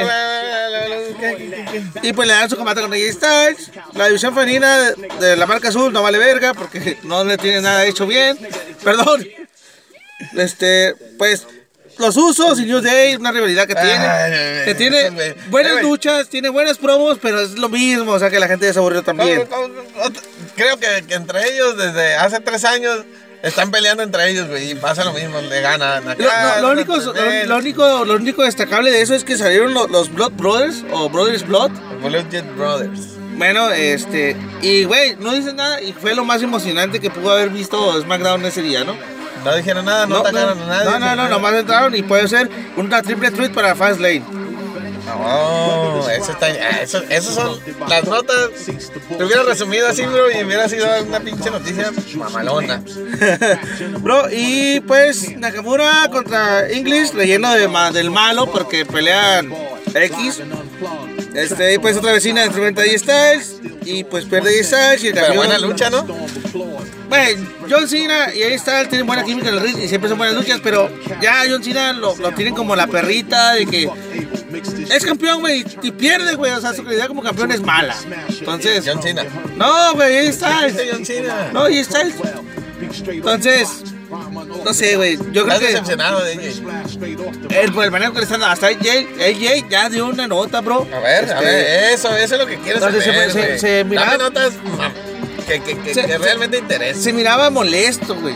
Y pues le dan su combate con A J Styles. La división femenina de, de la marca azul no vale verga porque no le tiene nada hecho bien. Perdón. Este, pues los usos y New Day, una rivalidad que tiene. Ay, Que tiene eso, güey. buenas Eh, güey. luchas, tiene buenas promos, pero es lo mismo. O sea que la gente ya se aburrió también. Creo que, que entre ellos, desde hace tres años, están peleando entre ellos, güey. Y pasa lo mismo, le ganan Lo, acá. no, lo único, lo, lo único, lo único destacable de eso es que salieron los, los Blood Brothers o Brothers Blood. Bludgeon Brothers. Bueno, este, y güey, no dicen nada y fue lo más emocionante que pudo haber visto SmackDown ese día, ¿no? No dijeron nada, no, No, atacaron no, a nadie. no, no, no, nomás entraron y puede ser una triple threat para Fastlane. No, eso está, ah, eso, eso son las notas. Te hubiera resumido así, bro, y hubiera sido una pinche noticia mamalona. Bro, y pues Nakamura contra English, leyendo de, ma- del malo porque pelean X. Este, y pues otra vecina enfrenta a A J Styles y pues pierde A J Styles y el Pero campeón- buena lucha, ¿no? Bueno, John Cena y A J Styles tienen buena química en el ring y siempre son buenas luchas, pero ya John Cena lo, lo tienen como la perrita de que es campeón, güey, y pierde, güey. O sea, su calidad como campeón es mala. Entonces. John Cena. No, güey, ahí está. John Cena. No, ahí está. Entonces. No sé, güey. Yo creo Estás que. decepcionado de A J. El, por el manejo que le están dando. Hasta A J, A J ya dio una nota, bro. A ver, este, a ver, eso, eso es lo que quiero saber. Se, se, güey. se miraba, Dame notas que, que, que, se, que realmente interesen. Se miraba molesto, güey.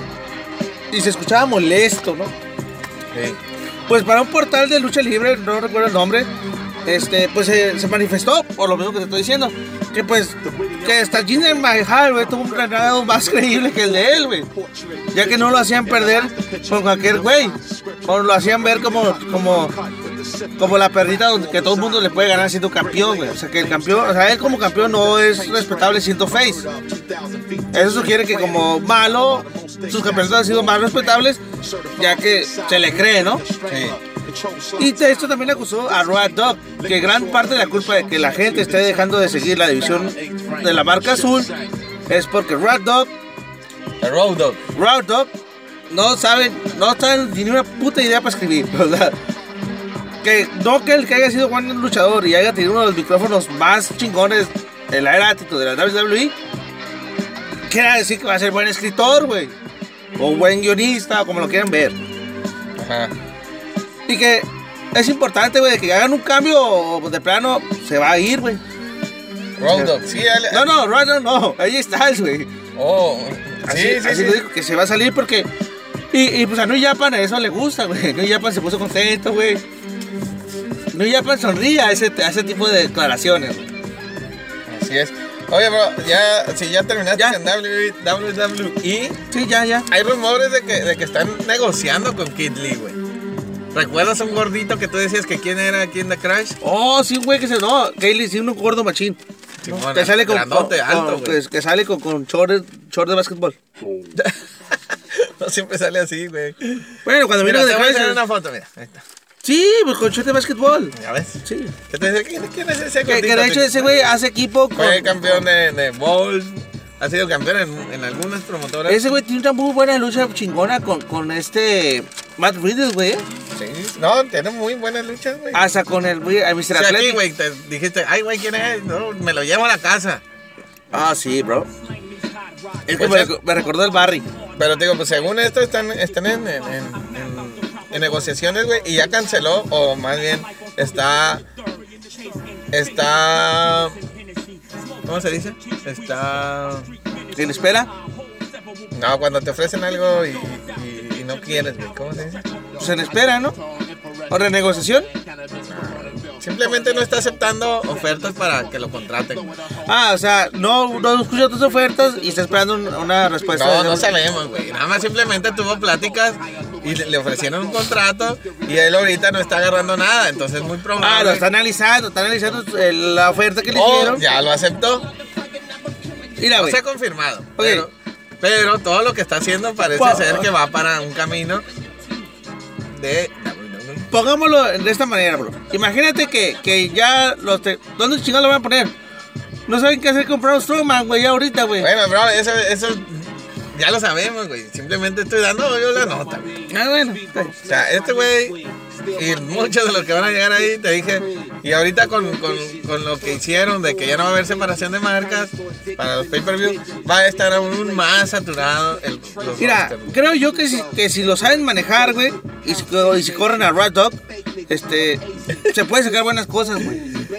Y se escuchaba molesto, ¿no? Sí. Pues para un portal de lucha libre, no recuerdo el nombre, este, pues eh, se manifestó, por lo mismo que te estoy diciendo, que pues, que hasta Jinder Mahal, güey, tuvo un reinado más creíble que el de él, güey. Ya que no lo hacían perder con cualquier güey, o lo hacían ver como, como, como la perrita donde que todo el mundo le puede ganar siendo campeón, güey. O sea, que el campeón, o sea, él como campeón no es respetable siendo face. Eso sugiere que como malo, sus campeonatos han sido más respetables, ya que se le cree, ¿no? Sí. Y de esto también acusó a Road Dogg, que gran parte de la culpa de que la gente esté dejando de seguir la división de la marca azul es porque Road Dogg, The Road Dogg. Road Dogg no saben, no saben ni una puta idea para escribir, ¿verdad? Que no que el que haya sido buen luchador y haya tenido uno de los micrófonos más chingones en la era de la W W E, quiere decir que va a ser buen escritor, güey, o buen guionista, o como lo quieran ver. Ajá. Y que es importante, güey, que hagan un cambio o de plano se va a ir, güey. Road Dogg, sí, él, No, no, Road Dogg no, ahí está, güey. Oh, Así, sí, sí, así sí. lo dijo, que se va a salir porque. Y, y pues a New Japan eso le gusta, güey. New Japan se puso contento, güey. New Japan sonríe a ese, a ese tipo de declaraciones, güey. Así es. Oye, bro, ya, si ya terminaste Ya. en W W E, Sí, ya, ya. hay rumores de que, de que están negociando con Kid Lee, güey. ¿Recuerdas un gordito que tú decías que quién era aquí en The Crash? Oh, sí, güey, que se. No, Kaylee, sí, un gordo machín. Simón, Que sale con. grandote, con- alto, con- güey. que, que sale con, con short, short de básquetbol. No siempre sale así, güey. Bueno, cuando Mira, vino te de voy a Crash. enseñar una foto, mira. Ahí está. Sí, pues con short de básquetbol. ¿Ya ves? Sí. ¿Qué te dice? ¿Quién, quién es ese Que, gordito? que de hecho ese güey hace equipo con. Fue campeón de, de Balls. Ha sido campeón en, en algunas promotoras. Ese güey tiene una muy buena lucha chingona con, con este Matt Riddle, güey. Sí, no, tiene muy buenas luchas, güey. Hasta con el güey, a mister O sea, aquí, Athletic. güey, te dijiste, ay, güey, ¿quién es? No, me lo llevo a la casa. Ah, sí, bro. Es que Pues me, es- recu- me recordó el Barry. Pero te digo, pues según esto están, están en, en, en, en- en negociaciones, güey, y ya canceló, o más bien está, está, ¿cómo se dice? Está, ¿Quién espera? no, cuando te ofrecen algo y, y, y no quieres, güey, ¿cómo se dice? Pues en espera, ¿no? ¿O renegociación? Simplemente no está aceptando ofertas para que lo contraten. Ah, o sea, no, no escuchó tus ofertas y está esperando un- una respuesta. No, de- no sabemos, güey. Nada más simplemente tuvo pláticas y le le ofrecieron un contrato y él ahorita no está agarrando nada. Entonces es muy probable. Ah, lo está analizando, está analizando eh, la oferta que le O hicieron. ya lo aceptó. Mira, No güey. se ha confirmado. Oye. Pero, pero todo lo que está haciendo parece Pa- ser que va para un camino de... Pongámoslo de esta manera, bro. Imagínate que, que ya los... Te... ¿Dónde chingados lo van a poner? No saben qué hacer con Braun Strowman, güey, ya ahorita, güey. Bueno, bro, eso, eso ya lo sabemos, güey. Simplemente estoy dando yo la nota, güey. Ah, bueno. está bien. O sea, este güey y muchos de los que van a llegar ahí, te dije, y ahorita con, con, con lo que hicieron de que ya no va a haber separación de marcas para los pay-per-view, va a estar aún más saturado el, los Mira, roster, güey. creo yo que si, que si lo saben manejar, güey, y si, y si corren a Rat Dog, este, se puede sacar buenas cosas, güey.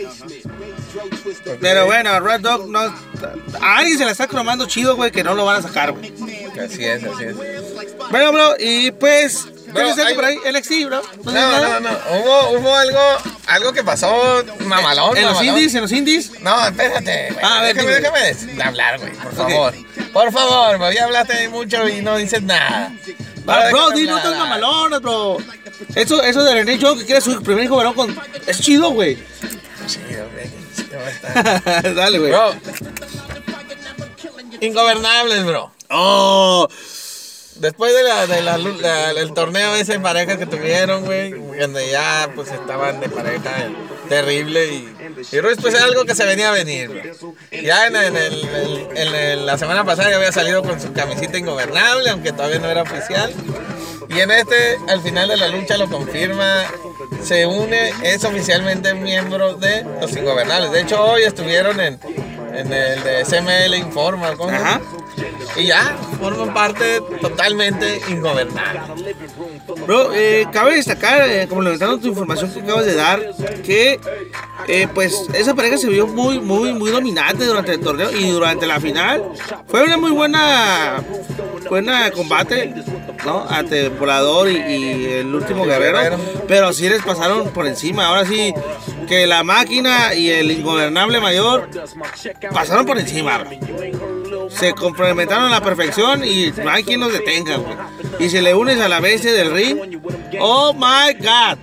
Pero bueno, Rat Dog no... A alguien se la está cromando chido, güey, que no lo van a sacar, güey. Así es, así es. Bueno, bro, y pues... Bro, ¿Tienes algo hay- por ahí? N X T, bro. No, no, no, hubo, hubo algo, algo que pasó mamalón, ¿En los mamalón. indies? ¿En los indies? No, espérate, güey. Ah, a ver, déjame, dime. déjame des- hablar, güey, por favor. Por favor, güey, ya hablaste mucho y no dices nada. Ah, Ahora bro, déjame di notas hablar. mamalonas, bro. Eso, eso de René Young que quiere su primer hijo varón con... Es chido, güey. Sí, hombre, sí, ¿cómo está? Dale, güey. Bro, ingobernables, bro. Oh, Después de la, de la, la- del torneo ese en pareja que tuvieron, güey, donde ya pues estaban de pareja terrible y, y Ruiz, pues era algo que se venía a venir, güey. Ya en, el, en, el- en el- la semana pasada ya había salido con su camisita ingobernable, aunque todavía no era oficial. Y en este, al final de la lucha lo confirma se une, es oficialmente miembro de los Ingobernables. De hecho, hoy estuvieron en, en el de C M L Informa, ¿cómo? Ajá. Y ya, forman parte totalmente ingobernable. Bro, eh, cabe destacar, eh, complementando tu información que acabas de dar, que eh, pues esa pareja se vio muy, muy, muy dominante durante el torneo y durante la final. Fue una muy buena, buena combate, ¿no? Ante Volador y, y el último guerrero, pero sí les pasaron por encima. Ahora sí que la máquina y el ingobernable mayor pasaron por encima, bro. Se complementaron a la perfección y no hay quien los detenga, güey. Y si le unes a la bestia del ring, oh my god.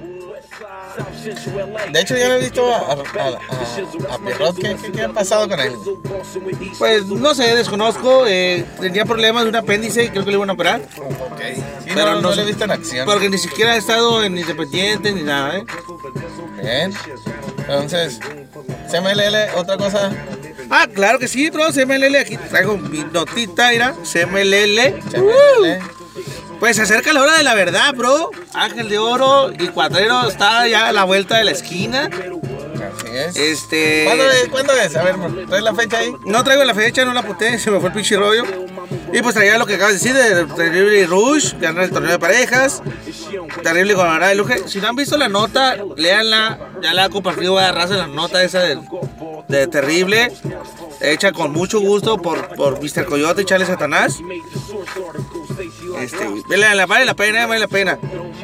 De hecho, ya lo he visto a, a, a, a Pierrot. ¿Qué, qué, ¿Qué ha pasado con él? Pues no sé, desconozco. Eh, tenía problemas de un apéndice y creo que le iban a operar. Ok. Sí, pero no, no, no sé, lo he visto en acción. Porque ni siquiera ha estado en Independiente ni nada, ¿eh? Bien. Entonces, C M L L, otra cosa. Ah, claro que sí, bro. C M L L, aquí traigo mi notita, mira. C M L L. C M L L. Uh, pues se acerca la hora de la verdad, bro. Ángel de Oro y Cuatrero está ya a la vuelta de la esquina. Así es. Este. ¿Cuándo es? ¿Cuándo es? A ver, ¿traes la fecha ahí? No traigo la fecha, no la apunté, se me fue el pinche rollo. Y pues traía lo que acabas de decir de Terrible y Rush, ganar el torneo de parejas. Terrible con la de Luge. Si no han visto la nota, léanla. Ya la ha compartido a raza la nota esa de, de Terrible. Hecha con mucho gusto por, por mister Coyote y Charles Satanás. Este, léanla, vale la pena, vale la pena.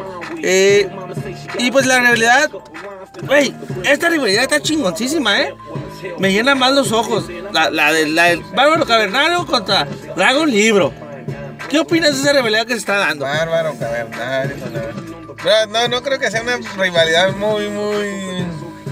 Eh, y pues la realidad, güey, esta rivalidad está chingoncísima, eh. Me llena más los ojos. La, la, de, la del Bárbaro Cavernario contra Dragon Libro. ¿Qué opinas de esa rivalidad que se está dando? Bárbaro Cavernario. No, no, no creo que sea una rivalidad muy, muy...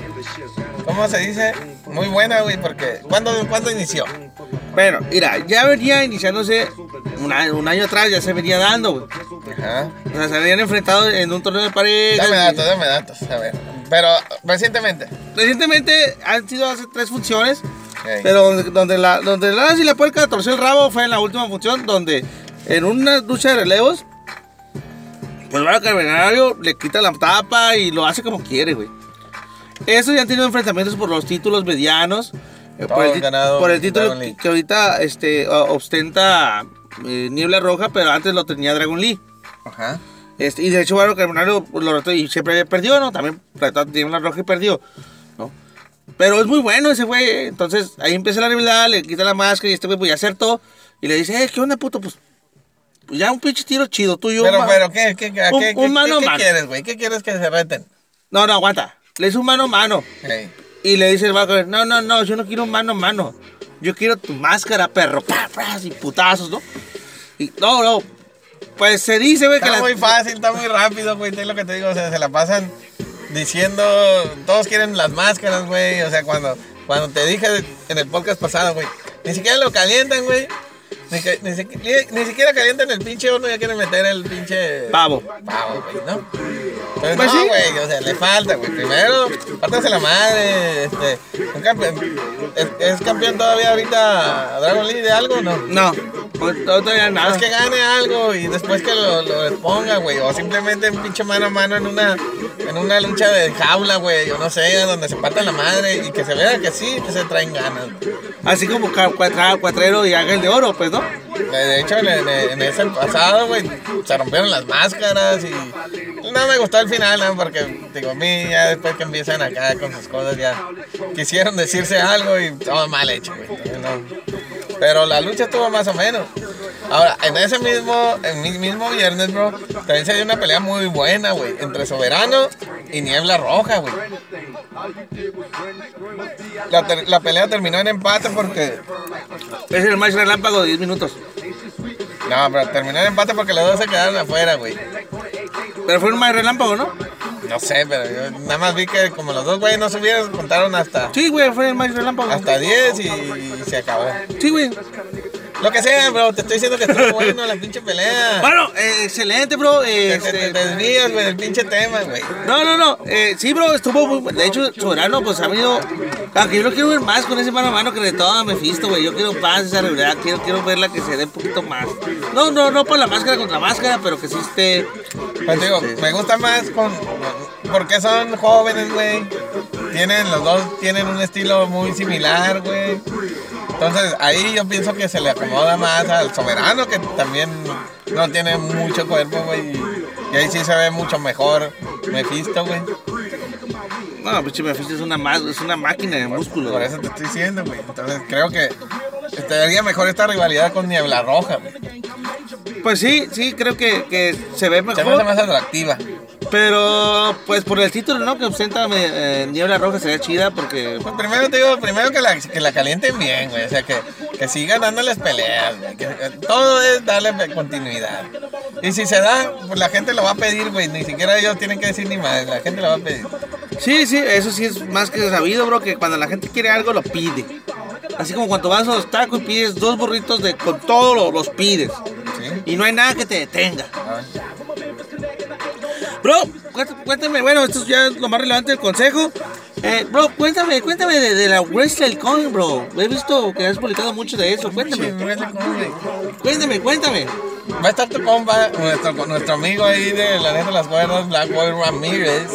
¿Cómo se dice? Muy buena, güey, porque... ¿Cuándo, ¿cuándo inició? Bueno, mira, ya venía iniciándose un año, un año atrás, ya se venía dando, güey. Ajá. O sea, se habían enfrentado en un torneo de parejas. Dame datos, dame datos, a ver. Pero, recientemente. Recientemente han sido hace tres funciones. Okay. Pero donde, donde la donde la y la puerca torció el rabo fue en la última función, donde en una lucha de relevos, pues el Cavernario le quita la tapa y lo hace como quiere, güey. Eso ya han tenido enfrentamientos por los títulos medianos. Eh, por, el, ganado, por el título que, que ahorita este, ostenta eh, Niebla Roja, pero antes lo tenía Dragon Lee. Ajá. Este, y de hecho, bueno, Cavernario lo retó y siempre perdió, ¿no? También retó a Niebla Roja y perdió, ¿no? Pero es muy bueno ese güey, ¿eh? Entonces ahí empieza la rivalidad, le quita la máscara y este güey pues ya acertó. Y le dice, eh, ¿qué onda, puto? Pues, pues ya un pinche tiro chido tuyo. Pero, pero, ¿qué, qué, qué, un, qué, un mano qué, mano. ¿qué quieres, güey? ¿Qué quieres que se reten? No, no, aguanta. Le hizo un mano a mano. Hey. Y le dice el vato, no, no, no, yo no quiero un mano a mano. Yo quiero tu máscara, perro. Pa, pa, y putazos, ¿no? Y no, no. Pues se dice, güey, que está la... muy fácil, está muy rápido, güey. Es lo que te digo, o sea, se la pasan diciendo, todos quieren las máscaras, güey. O sea, cuando, cuando te dije en el podcast pasado, güey, ni siquiera lo calientan, güey. Ni, que, ni, ni, ni siquiera calientan el pinche horno, ya quieren meter el pinche... Pavo. Pavo, güey, ¿no? Entonces, pues no, sí. güey, o sea, le falta, güey. Primero, pártase la madre, este... Un campeón, ¿es, ¿Es campeón todavía ahorita Dragon Lee de algo o no? No, todavía nada. Es que gane algo y después que lo, lo exponga, güey. O simplemente un pinche mano a mano en una, en una lucha de jaula, güey. O no sé, donde se partan la madre y que se vea que sí, que se traen ganas. Así como Cuatrero, Cuatrero y Ángel de Oro, pues, ¿no? De hecho, en, en, en ese pasado, güey, se rompieron las máscaras y no me gustó el final, ¿no? Porque, digo, a mí ya después que empiezan acá con sus cosas ya quisieron decirse algo y todo mal hecho, güey. No. Pero la lucha estuvo más o menos. Ahora, en ese mismo, en mi mismo viernes, bro, también se dio una pelea muy buena, güey, entre Soberano y Niebla Roja, güey. La, ter, la pelea terminó en empate porque... Es el match relámpago de diez minutos. No, pero terminó en empate porque los dos se quedaron afuera, güey. Pero fue un match relámpago, ¿no? No sé, pero yo nada más vi que como los dos güeyes no subieron, contaron hasta... Sí, güey, fue el match relámpago. Hasta diez y, y se acabó. Sí, güey. Lo que sea, bro, te estoy diciendo que estuvo bueno la pinche pelea. Bueno, eh, excelente, bro. Eh, te, te, este... te desvías, güey, del pinche tema, güey. No, no, no. Eh, sí, bro, estuvo muy bueno. De hecho, Soberano, pues ha venido. Aunque yo lo quiero ver más con ese mano a mano que de todo Mephisto, güey. Yo quiero más esa realidad. Quiero, quiero verla que se dé un poquito más. No, no, no por la máscara contra máscara, pero que sí esté. Pues digo, este... me gusta más con. porque son jóvenes, güey. Tienen, los dos tienen un estilo muy similar, güey. Entonces ahí yo pienso que se le acomoda más al Soberano, que también no tiene mucho cuerpo, güey. Y, y ahí sí se ve mucho mejor Mephisto, güey. No, pues Mephisto es una, ma- es una máquina de músculo. Por eso te estoy diciendo, güey. Entonces creo que estaría mejor esta rivalidad con Niebla Roja, güey. Pues sí, sí, creo que, que se ve mejor. Se me hace más atractiva. Pero, pues por el título, ¿no? Que ostenta eh, Niebla Roja sería chida porque... Pues primero te digo, primero que la, que la calienten bien, güey. O sea, que, que sigan dándoles peleas, güey. Que, que todo es darle continuidad. Y si se da, pues la gente lo va a pedir, güey. Ni siquiera ellos tienen que decir ni más. La gente lo va a pedir. Sí, sí, eso sí es más que sabido, bro, que cuando la gente quiere algo, lo pide. Así como cuando vas a los tacos y pides dos burritos de, con todo, lo, los pides. ¿Sí? Y no hay nada que te detenga. Ah. Bro, cuéntame, bueno, esto ya es lo más relevante del consejo. Eh, bro, cuéntame, cuéntame de, de la WrestleCon, bro. He visto que has publicado mucho de eso, cuéntame. Cuéntame, cuéntame. Va a estar tu compa, nuestro, nuestro amigo ahí de la neta de las cuerdas, Black Boy Ramírez.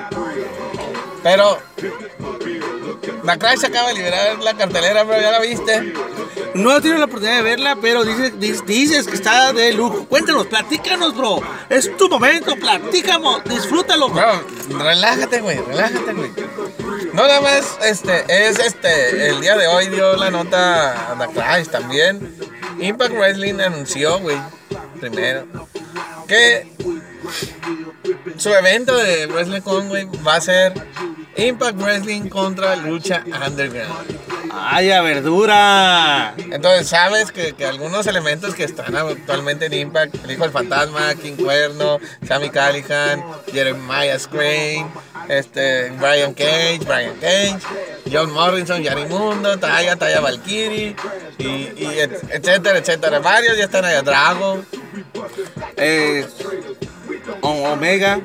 Pero la Crash acaba de liberar la cartelera, bro, ¿ya la viste? No he tenido la oportunidad de verla, pero dices, dices, dices que está de lujo. Cuéntanos, platícanos, bro. Es tu momento, platícamos, disfrútalo, bro. Bro, relájate, güey, relájate, güey. No, nada más, este, es este, el día de hoy dio la nota a The Crash también. Impact Wrestling anunció, güey, primero, que su evento de WrestleCon, güey, va a ser Impact Wrestling contra Lucha Underground. ¡Ay, a verdura! Entonces, sabes que, que algunos elementos que están actualmente en Impact, el Hijo del Fantasma, King Cuerno, Sami Callihan, Jeremiah Scream, este, Brian Cage, Brian Cage, John Morrison, Yarimundo, Taya, Taya Valkyrie, y, y et, etcétera, etcétera. Varios ya están allá, Drago. Eh, Omega.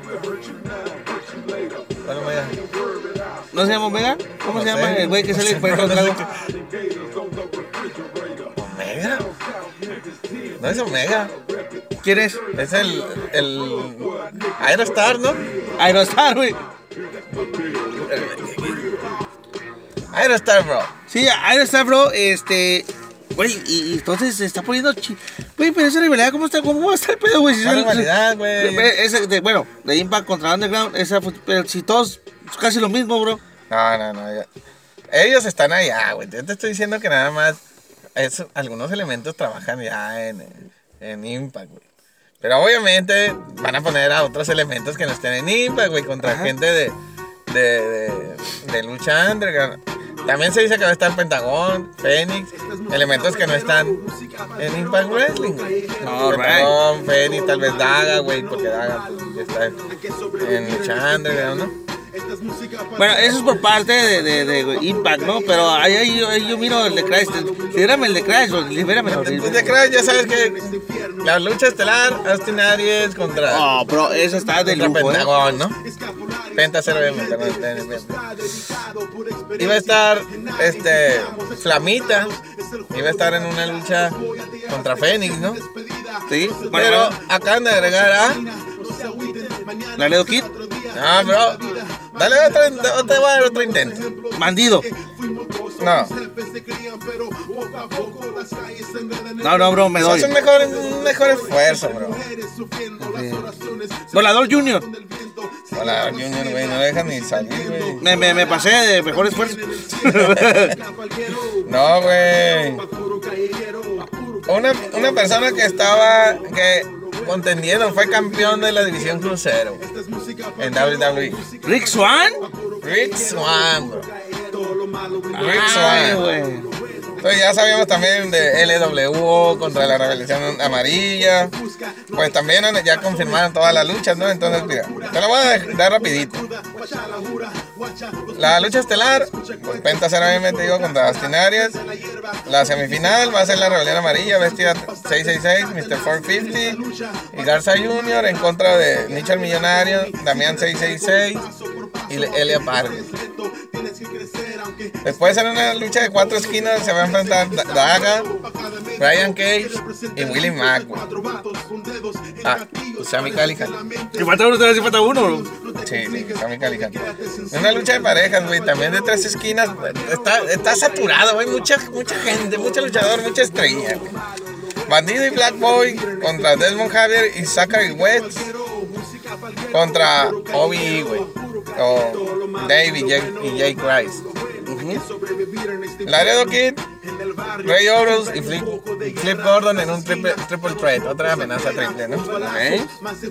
¿Cuál Omega? ¿No se llama Omega? ¿Cómo No se sé. llama el güey que sale por No el sé lado? ¿Omega? No es Omega. ¿Quién es? Es el, el Aerostar, ¿no? Aerostar, güey. Aerostar, bro. Sí, Aerostar, bro, este... Güey, y, y entonces se está poniendo... Chi... Güey, pero esa rivalidad, ¿cómo está? ¿Cómo va a estar el pedo, güey? Si La son- rivalidad, güey. Ese de, bueno, de Impact contra Underground, esa fue... Pero si todos... Es casi lo mismo, bro. No, no, no. Ya. Ellos están allá, güey. Yo te estoy diciendo que nada más es, algunos elementos trabajan ya en, en Impact, güey. Pero obviamente van a poner a otros elementos que no estén en Impact, güey, contra Ajá. gente de, de, de, de lucha underground. También se dice que va a estar Pentagón, Fénix, elementos que no están en Impact Wrestling, güey. All Pentagón, Fénix, tal vez Daga, güey, porque Daga pues, está en lucha underground, ¿no? Bueno, eso es por parte de, de, de Impact, ¿no? Pero ahí, ahí, ahí yo miro el de Crash. Libérame el de Crash, bro. Libérame el Después de Crash, ya sabes que la lucha estelar, Austin Aries contra, Oh, bro, eso está de contra lujo, ¿eh? Pentagón, ¿no? Penta cero M, perdón. Iba a estar este Flamita, iba a estar en una lucha contra Fénix, ¿no? Sí, Pero bueno, acaban de agregar a... la Ledo Kid, No, bro, dale otro, otro, voy a dar otro intento. Bandido. No, No, no, bro, me doy. es un mejor, un mejor esfuerzo, bro. Volador Junior. Hola, Junior, güey, no dejan ni salir, güey. Me, me, me pasé de mejor esfuerzo. No, güey. Una, una persona que estaba que contendiendo fue campeón de la división crucero en W W E. Rick Swan. Rick Swan, bro. Rick Ay, Swan. güey. Entonces ya sabíamos también de L W O contra la Revelación Amarilla. Pues también ya confirmaron todas las luchas, ¿no? Entonces, mira, te la voy a dar rapidito. La lucha estelar, pues, Penta cero M, te digo, contra Austin Aries. La semifinal va a ser la Rebelión Amarilla, Bestia seiscientos sesenta y seis, mister cuatrocientos cincuenta y Garza Junior en contra de Nicho el Millonario, Damián seiscientos sesenta y seis y Elia Parker. Después en una lucha de cuatro esquinas se va a enfrentar Daga, Brian Cage y Willie Mack, güey. Ah, Sami Callihan. Si falta uno, si falta uno, bro. Sí, sí, Sami Callihan. Una lucha de parejas, güey, también de tres esquinas. Está, está saturado, güey, mucha, mucha gente, mucho luchador, mucha estrella, güey. Bandido y Black Boy contra Desmond Javier y Zachary Wentz contra Obi, güey. O Dave y Jay, y Jay Christ. Uh-huh. Laredo Kid, Ray Owens y Flip, Flip Gordon en un triple, triple threat, otra amenaza triple, ¿no? Okay.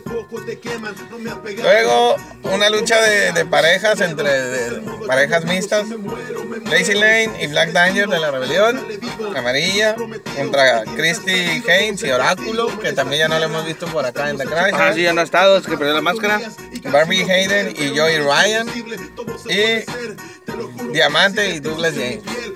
Luego una lucha de, de parejas entre de, parejas mixtas, Lazy Lane y Black Danger de la Rebelión, amarilla, contra Christy Haynes y Oráculo, que también ya no lo hemos visto por acá en The Crash. Ah, sí, ya no ha estado, es que perdió la máscara. Barbie Hayden y Joey Ryan y Diamante y Douglas James.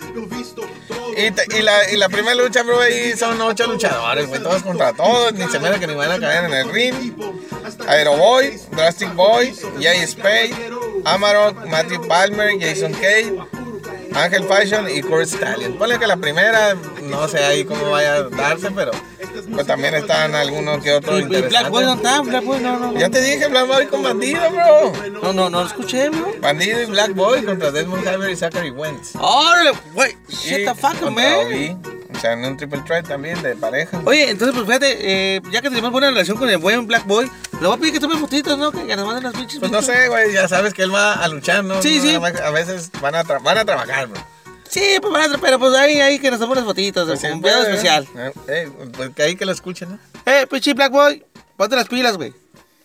Y, te, y, la, y la primera lucha, bro, ahí son ocho luchadores, güey, todos contra todos, ni se mira que ni van a caer en el ring. Aeroboy, Drastic Boy, Jay Spade, Amarok, Matthew Palmer, Jason Cade, Ángel Fashion y Kurt Stallion. Ponle que la primera, no sé ahí cómo vaya a darse, pero pues también están algunos que otros interesantes. Black Boy no está, Black Boy no, no. Ya te dije, Black Boy con Bandido, bro. No, no, no lo escuché, bro. Bandido y Black Boy contra Desmond Javier y Zachary Wentz. ¡Órale, güey! Shut the fuck, man. Obi, o sea, en un triple threat también de pareja. Oye, entonces, pues fíjate, eh, ya que tenemos buena relación con el buen Black Boy, le voy a pedir que tome fotitos, ¿no? Que, que nos manden las pinches. Pues no sé, güey, ya sabes que él va a luchar, ¿no? Sí, sí. A veces van a, tra- van a trabajar, bro. Sí, pues van a, pero pues ahí, ahí que nos tomen las fotitos, Pues con sí, un video eh, especial. Eh, eh, pues que ahí que lo escuchen, ¿no? Eh, pinche Black Boy, ponte las pilas, güey.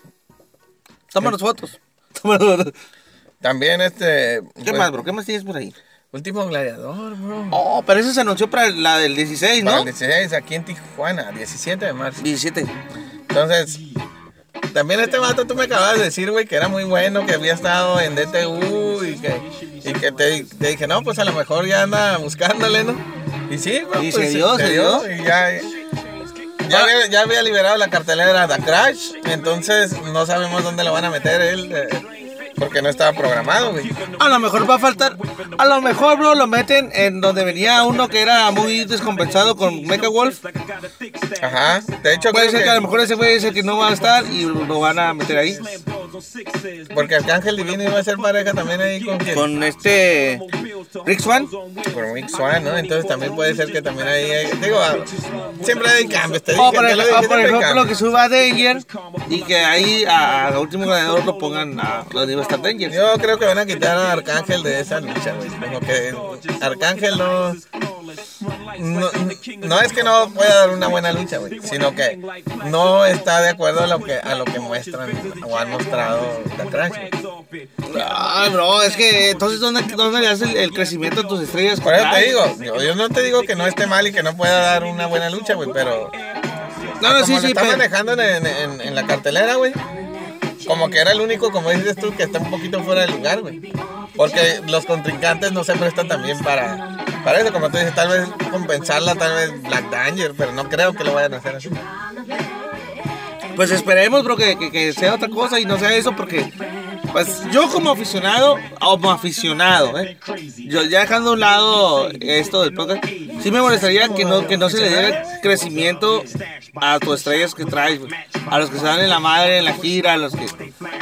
Tómanos fotos. Tómanos fotos. También este... ¿Qué pues, más, bro? ¿Qué más tienes por ahí? Último Gladiador, bro. Oh, pero eso se anunció para la del dieciséis, ¿no? Para el dieciséis, aquí en Tijuana, diecisiete de marzo. diecisiete. Entonces, también este vato tú me acabas de decir, güey, que era muy bueno, que había estado en D T U y que, y que te, te dije, no, pues a lo mejor ya anda buscándole, ¿no? Y sí, güey, Y pues, se dio, se dio. Y ya, ya, había, ya había liberado la cartelera de Crash, entonces no sabemos dónde lo van a meter él. Eh, Porque no estaba programado, güey. A lo mejor va a faltar. A lo mejor, bro, lo meten en donde venía uno que era muy descompensado con Mecha Wolf. Ajá. De hecho, puede creo ser que, que a lo mejor ese güey es el que no va a estar y lo van a meter ahí. Porque Arcángel Divino iba a ser pareja también ahí con quién. Con este Rick Swan. Con Rick Swan, ¿no? Entonces también puede ser que también ahí hay, digo, siempre hay cambios. Te dije, O por, te ej- lo dije, o por siempre hay ejemplo cambios. que suba Danger y que ahí a, a último gladiador lo pongan a donde iba a estar Danger. Yo creo que van a quitar a Arcángel de esa lucha, güey. Como que Arcángel no, no. No es que no pueda dar una buena lucha, güey. Sino que no está de acuerdo a lo que, a lo que muestran o han mostrado The Crash. Ay, bro, es que entonces, ¿dónde, dónde le das el, el crecimiento a tus estrellas? Por eso te digo, yo, yo no te digo que no esté mal y que no pueda dar una buena lucha, güey. Pero. No, no, como sí, lo sí, está pero. manejando en, en, en la cartelera, güey. Como que era el único, como dices tú, que está un poquito fuera de lugar, güey. Porque los contrincantes no se prestan también para, para eso. Como tú dices, tal vez compensarla, tal vez Black Danger, pero no creo que lo vayan a hacer así. Pues esperemos, bro, que, que, que sea otra cosa y no sea eso, porque pues yo como aficionado, como aficionado, ¿eh? Yo ya dejando a un lado esto del podcast, sí me molestaría que no, que no se le diera crecimiento a tus estrellas que traes, güey. A los que se dan en la madre, en la gira, a los que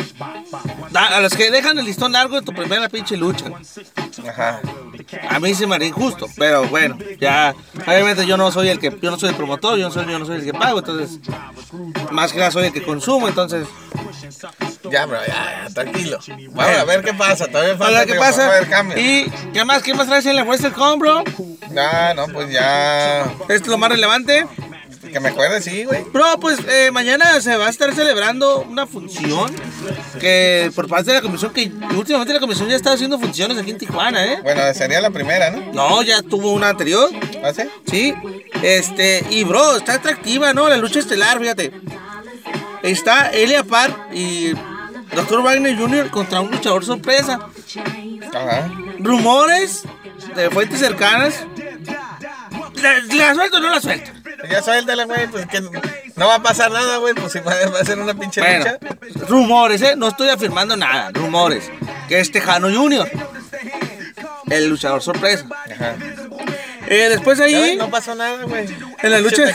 a los que dejan el listón largo en tu primera pinche lucha. Ajá. A mí se me haría injusto, pero bueno, ya, obviamente yo no soy el que, yo no soy el promotor, yo no soy, yo no soy el que pago, entonces, más que nada soy el que consumo, entonces. Ya, bro, ya, ya, tranquilo. Vamos a ver qué pasa, todavía A falta ver qué que pasa. va a haber cambios. ¿Y qué más, qué más traes en la WrestleCon, bro? No, no, pues ya. Esto es lo más relevante. Que me acuerde, sí, güey. Bro, pues eh, mañana se va a estar celebrando una función que por parte de la comisión, que últimamente la comisión ya está haciendo funciones aquí en Tijuana, ¿eh? Bueno, sería la primera, ¿no? No, ya tuvo una anterior. ¿Ah, sí? Sí, este, y bro, está atractiva, ¿no? La lucha estelar, fíjate. Está Elia Park y doctor Wagner junior contra un luchador sorpresa. Ajá. Rumores de fuentes cercanas. ¿La, la suelto o no la suelto? Ya suéltala, güey, pues que no va a pasar nada, güey, pues si va a ser una pinche Bueno, lucha. rumores, ¿eh? No estoy afirmando nada, rumores. Que es Tejano junior el luchador sorpresa. Ajá. Eh, después ahí... No pasó nada, güey. En la lucha...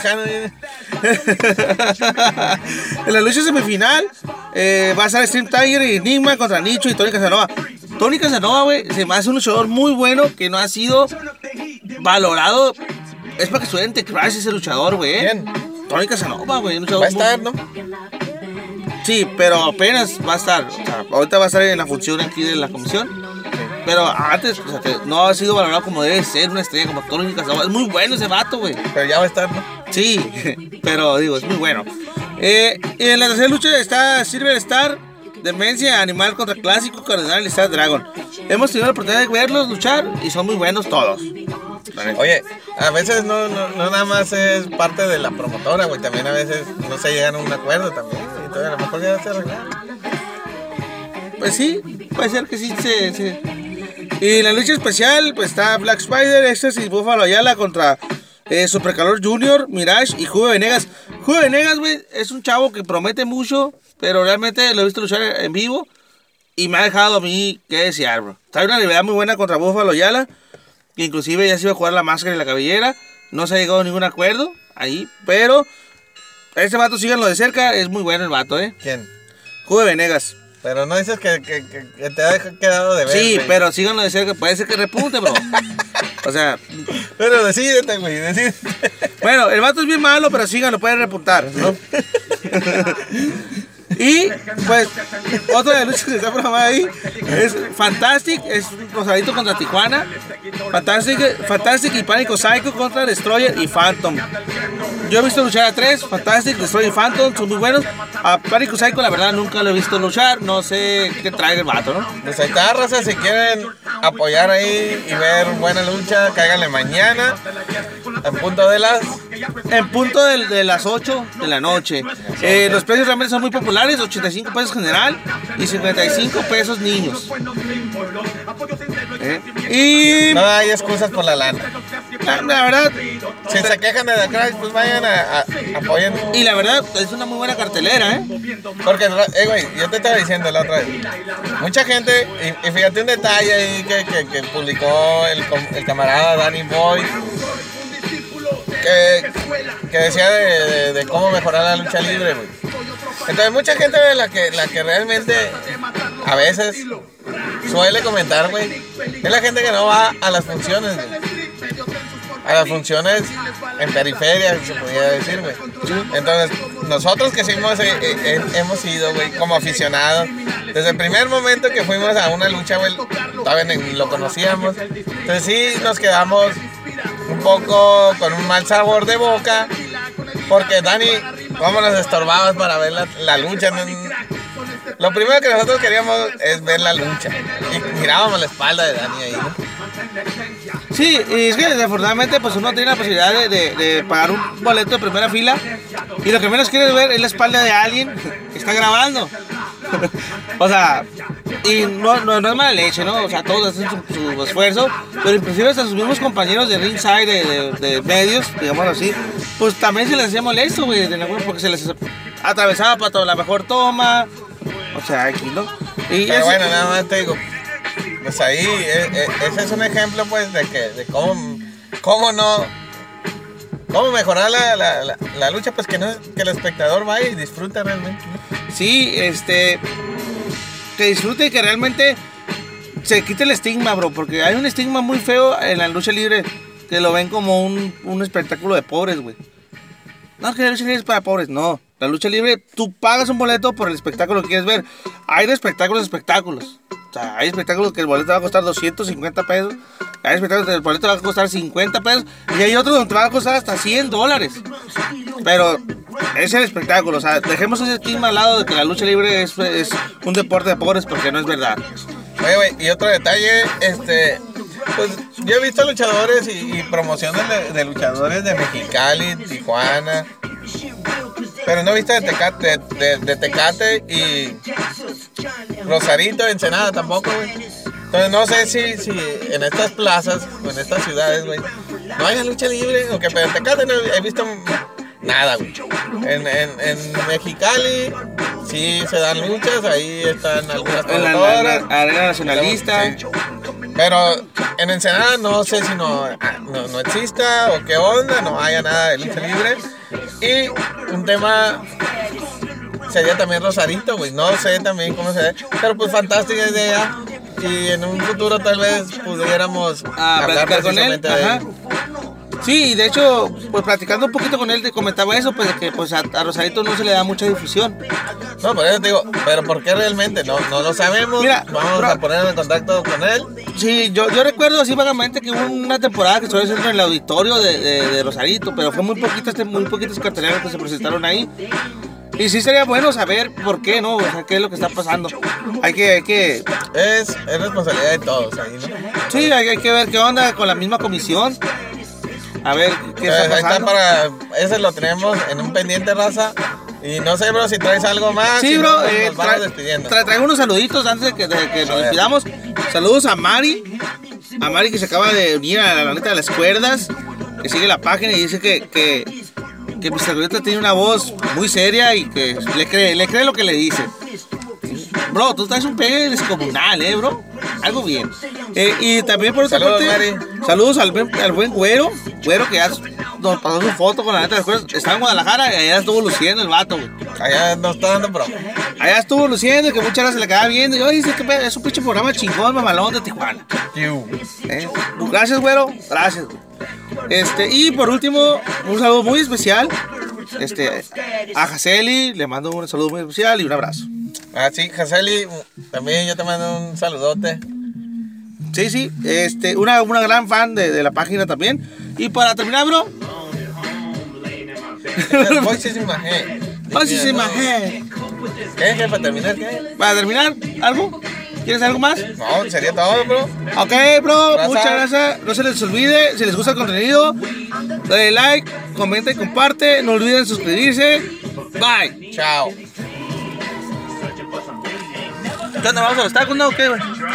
en la lucha semifinal eh, va a estar Stream Tiger y Enigma contra Nicho y Tony Casanova. Tony Casanova, güey, se me hace un luchador muy bueno que no ha sido valorado. Es para que estuviera en The Crash ese luchador, güey. ¿Quién? Tony Casanova, güey. Un luchador Va a estar, muy... ¿no? Sí, pero apenas va a estar. O sea, ahorita va a estar en la función aquí de la comisión. Pero antes, o sea, que no ha sido valorado como debe ser una estrella como Tony Casanova. Es muy bueno ese vato, güey. Pero ya va a estar, ¿no? Sí, pero digo, es muy bueno. Eh, y en la tercera lucha está Silver Star, Demencia Animal contra Clásico, Cardenal y Star Dragon. Hemos tenido la oportunidad de verlos luchar y son muy buenos todos. Oye, a veces no, no, no nada más es parte de la promotora, güey. También a veces no se llegan a un acuerdo también. Entonces a lo mejor ya se arregla. Pues sí, puede ser que sí se... se... Y en la lucha especial pues está Black Spider, Éxtasis y Búfalo Ayala contra eh, Supercalor Junior, Mirage y Juve Venegas. Juve Venegas, güey, es un chavo que promete mucho, pero realmente lo he visto luchar en vivo y me ha dejado a mí que desear, bro. Trae una rivalidad muy buena contra Búfalo Ayala, que inclusive ya se iba a jugar la máscara y la cabellera. No se ha llegado a ningún acuerdo ahí, pero este vato síganlo de cerca, es muy bueno el vato, ¿eh? ¿Quién? Juve Venegas. Pero no dices que, que, que, que te ha quedado de ver. Sí, güey. pero síganlo de cerca, puede ser que repunte, bro. O sea... Pero decídete, güey, decídete. Bueno, el vato es bien malo, pero síganlo, puede repuntar, ¿no? Y, pues, otra de las luchas que está programada ahí es Fantastic, es Rosadito contra Tijuana. Fantastic, Fantastic y Pánico Psycho contra Destroyer y Phantom. Yo he visto luchar a tres, Fantastic, Destroyer y Phantom, son muy buenos. A Pánico Psycho, la verdad, nunca lo he visto luchar, no sé qué trae el vato, ¿no? Pues ahí está, raza, si quieren apoyar ahí y ver buena lucha, cáiganle mañana, en punto de las... En punto de, de las ocho de la noche. Eh, los precios realmente son muy populares, ochenta y cinco pesos general y cincuenta y cinco pesos niños. Eh, y... No hay excusas por la lana. La, la verdad... Si se quejan de The Crash, pues vayan a, a apoyen. Y la verdad, es una muy buena cartelera, ¿eh? Porque, eh, güey, yo te estaba diciendo la otra vez. Mucha gente, y, y fíjate un detalle ahí que, que, que publicó el, el camarada Danny Boy, que, que decía de, de, de cómo mejorar la lucha libre, güey. Entonces, mucha gente de la que, la que realmente a veces suele comentar, güey, es la gente que no va a las funciones, güey. A las funciones en periferia, se podría decir, güey. Entonces, nosotros que sí hemos, eh, eh, hemos ido, güey, como aficionados, desde el primer momento que fuimos a una lucha, güey, todavía ni lo conocíamos. Entonces sí nos quedamos un poco con un mal sabor de boca, porque Dani, cómo nos estorbabas para ver la, la lucha. Lo primero que nosotros queríamos es ver la lucha, y mirábamos la espalda de Dani ahí, ¿no? Sí, y es que desafortunadamente pues uno tiene la posibilidad de, de, de pagar un boleto de primera fila y lo que menos quieres ver es la espalda de alguien que está grabando. O sea, y no, no, no es mala leche, ¿no? O sea, todos hacen su, su esfuerzo, pero inclusive hasta sus mismos compañeros de ringside, de, de, de medios, digamos así, pues también se les hacía molesto, güey, porque se les atravesaba para toda la mejor toma, o sea, aquí, ¿no? Y pero es, bueno, nada más te digo, pues ahí, eh, eh, ese es un ejemplo, pues, de que, de cómo, cómo no, cómo mejorar la, la, la, la lucha, pues, que no, que el espectador vaya y disfruta realmente, ¿no? Sí, este, que disfrute y que realmente se quite el estigma, bro, porque hay un estigma muy feo en la lucha libre, que lo ven como un, un espectáculo de pobres, güey. No, que la lucha libre es para pobres, no. La lucha libre, tú pagas un boleto por el espectáculo que quieres ver. Hay de espectáculos a espectáculos. O sea, hay espectáculos que el boleto va a costar doscientos cincuenta pesos. Hay espectáculos que el boleto va a costar cincuenta pesos. Y hay otros donde va a costar hasta cien dólares. Pero es el espectáculo. O sea, dejemos ese estigma al lado de que la lucha libre es, es un deporte de pobres, porque no es verdad. Oye, güey, y otro detalle, este... Pues yo he visto luchadores y, y promociones de, de luchadores de Mexicali, Tijuana, pero no he visto de Tecate, de, de, de Tecate y Rosarito, Ensenada tampoco, güey. Entonces no sé si, si en estas plazas o en estas ciudades, güey, no haya lucha libre, o que pero en Tecate no he visto nada, güey. En, en, en Mexicali sí se dan luchas, ahí están algunas En la, la, la Arena Nacionalista. Sí. Pero en Ensenada no sé si no, no, no exista o qué onda, no haya nada de lucha libre. Y un tema sería también Rosarito, güey. No sé también cómo se ve, pero pues fantástica idea. Y en un futuro tal vez pudiéramos Ah, hablar platicar con él. precisamente de Ajá. él. Sí, de hecho, pues platicando un poquito con él, te comentaba eso, pues de que pues a, a Rosarito no se le da mucha difusión. No, por eso te digo, pero ¿por qué realmente? No, no lo sabemos. Mira, Vamos bro, a ponernos en contacto con él. Sí, yo, yo recuerdo así vagamente que hubo una temporada que estuve haciendo en el auditorio de, de, de Rosarito, pero fue muy poquitas, muy poquitas carteleras que se presentaron ahí. Y sí sería bueno saber por qué, ¿no? O sea, qué es lo que está pasando. Hay que, hay que, Es, es responsabilidad de todos ahí, ¿no? sí, hay, hay que ver qué onda con la misma comisión. A ver qué Pues está ahí está pasando. para, ese lo tenemos en un pendiente, raza. Y no sé, bro, si traes algo más. Sí, si bro, no, pues eh, nos vamos tra- despidiendo. tra- traigo unos saluditos antes de que, de que A nos ver. despidamos. Saludos a Mari, a Mari que se acaba de unir a la neta de las cuerdas, que sigue la página y dice que, que, que mister Gorita tiene una voz muy seria y que le cree, le cree lo que le dice. Bro, tú traes un pegue descomunal, eh, bro. Algo bien. Eh, y también por otra Saludos, parte, Mari. saludos al buen, al buen güero, güero que ya nos pasó su foto con la neta de las cuerdas. Estaba en Guadalajara y allá estuvo luciendo el vato, güey. Allá nos está dando pro. Allá estuvo luciendo, que muchas veces se le quedaba viendo. Y yo dice que es un pinche programa chingón, mamalón de Tijuana. ¿Eh? Gracias, güero. Gracias. Este, y por último, un saludo muy especial. Este, a Jaceli, le mando un saludo muy especial y un abrazo. Ah, sí, Jaceli, también yo te mando un saludote. Sí, sí, este, una, una gran fan de, de la página también. Y para terminar, bro. Voices in my head. Voices in my head. ¿Qué, qué? ¿Para terminar qué? Para terminar, ¿algo? ¿Quieres algo más? No, sería todo, bro. Ok, bro, Gracias. muchas gracias. No se les olvide, si les gusta el contenido, dale like, comenta y comparte. No olviden suscribirse. Bye. Chao. ¿Qué onda? ¿Vamos a los tacos, no? ¿O qué, güey?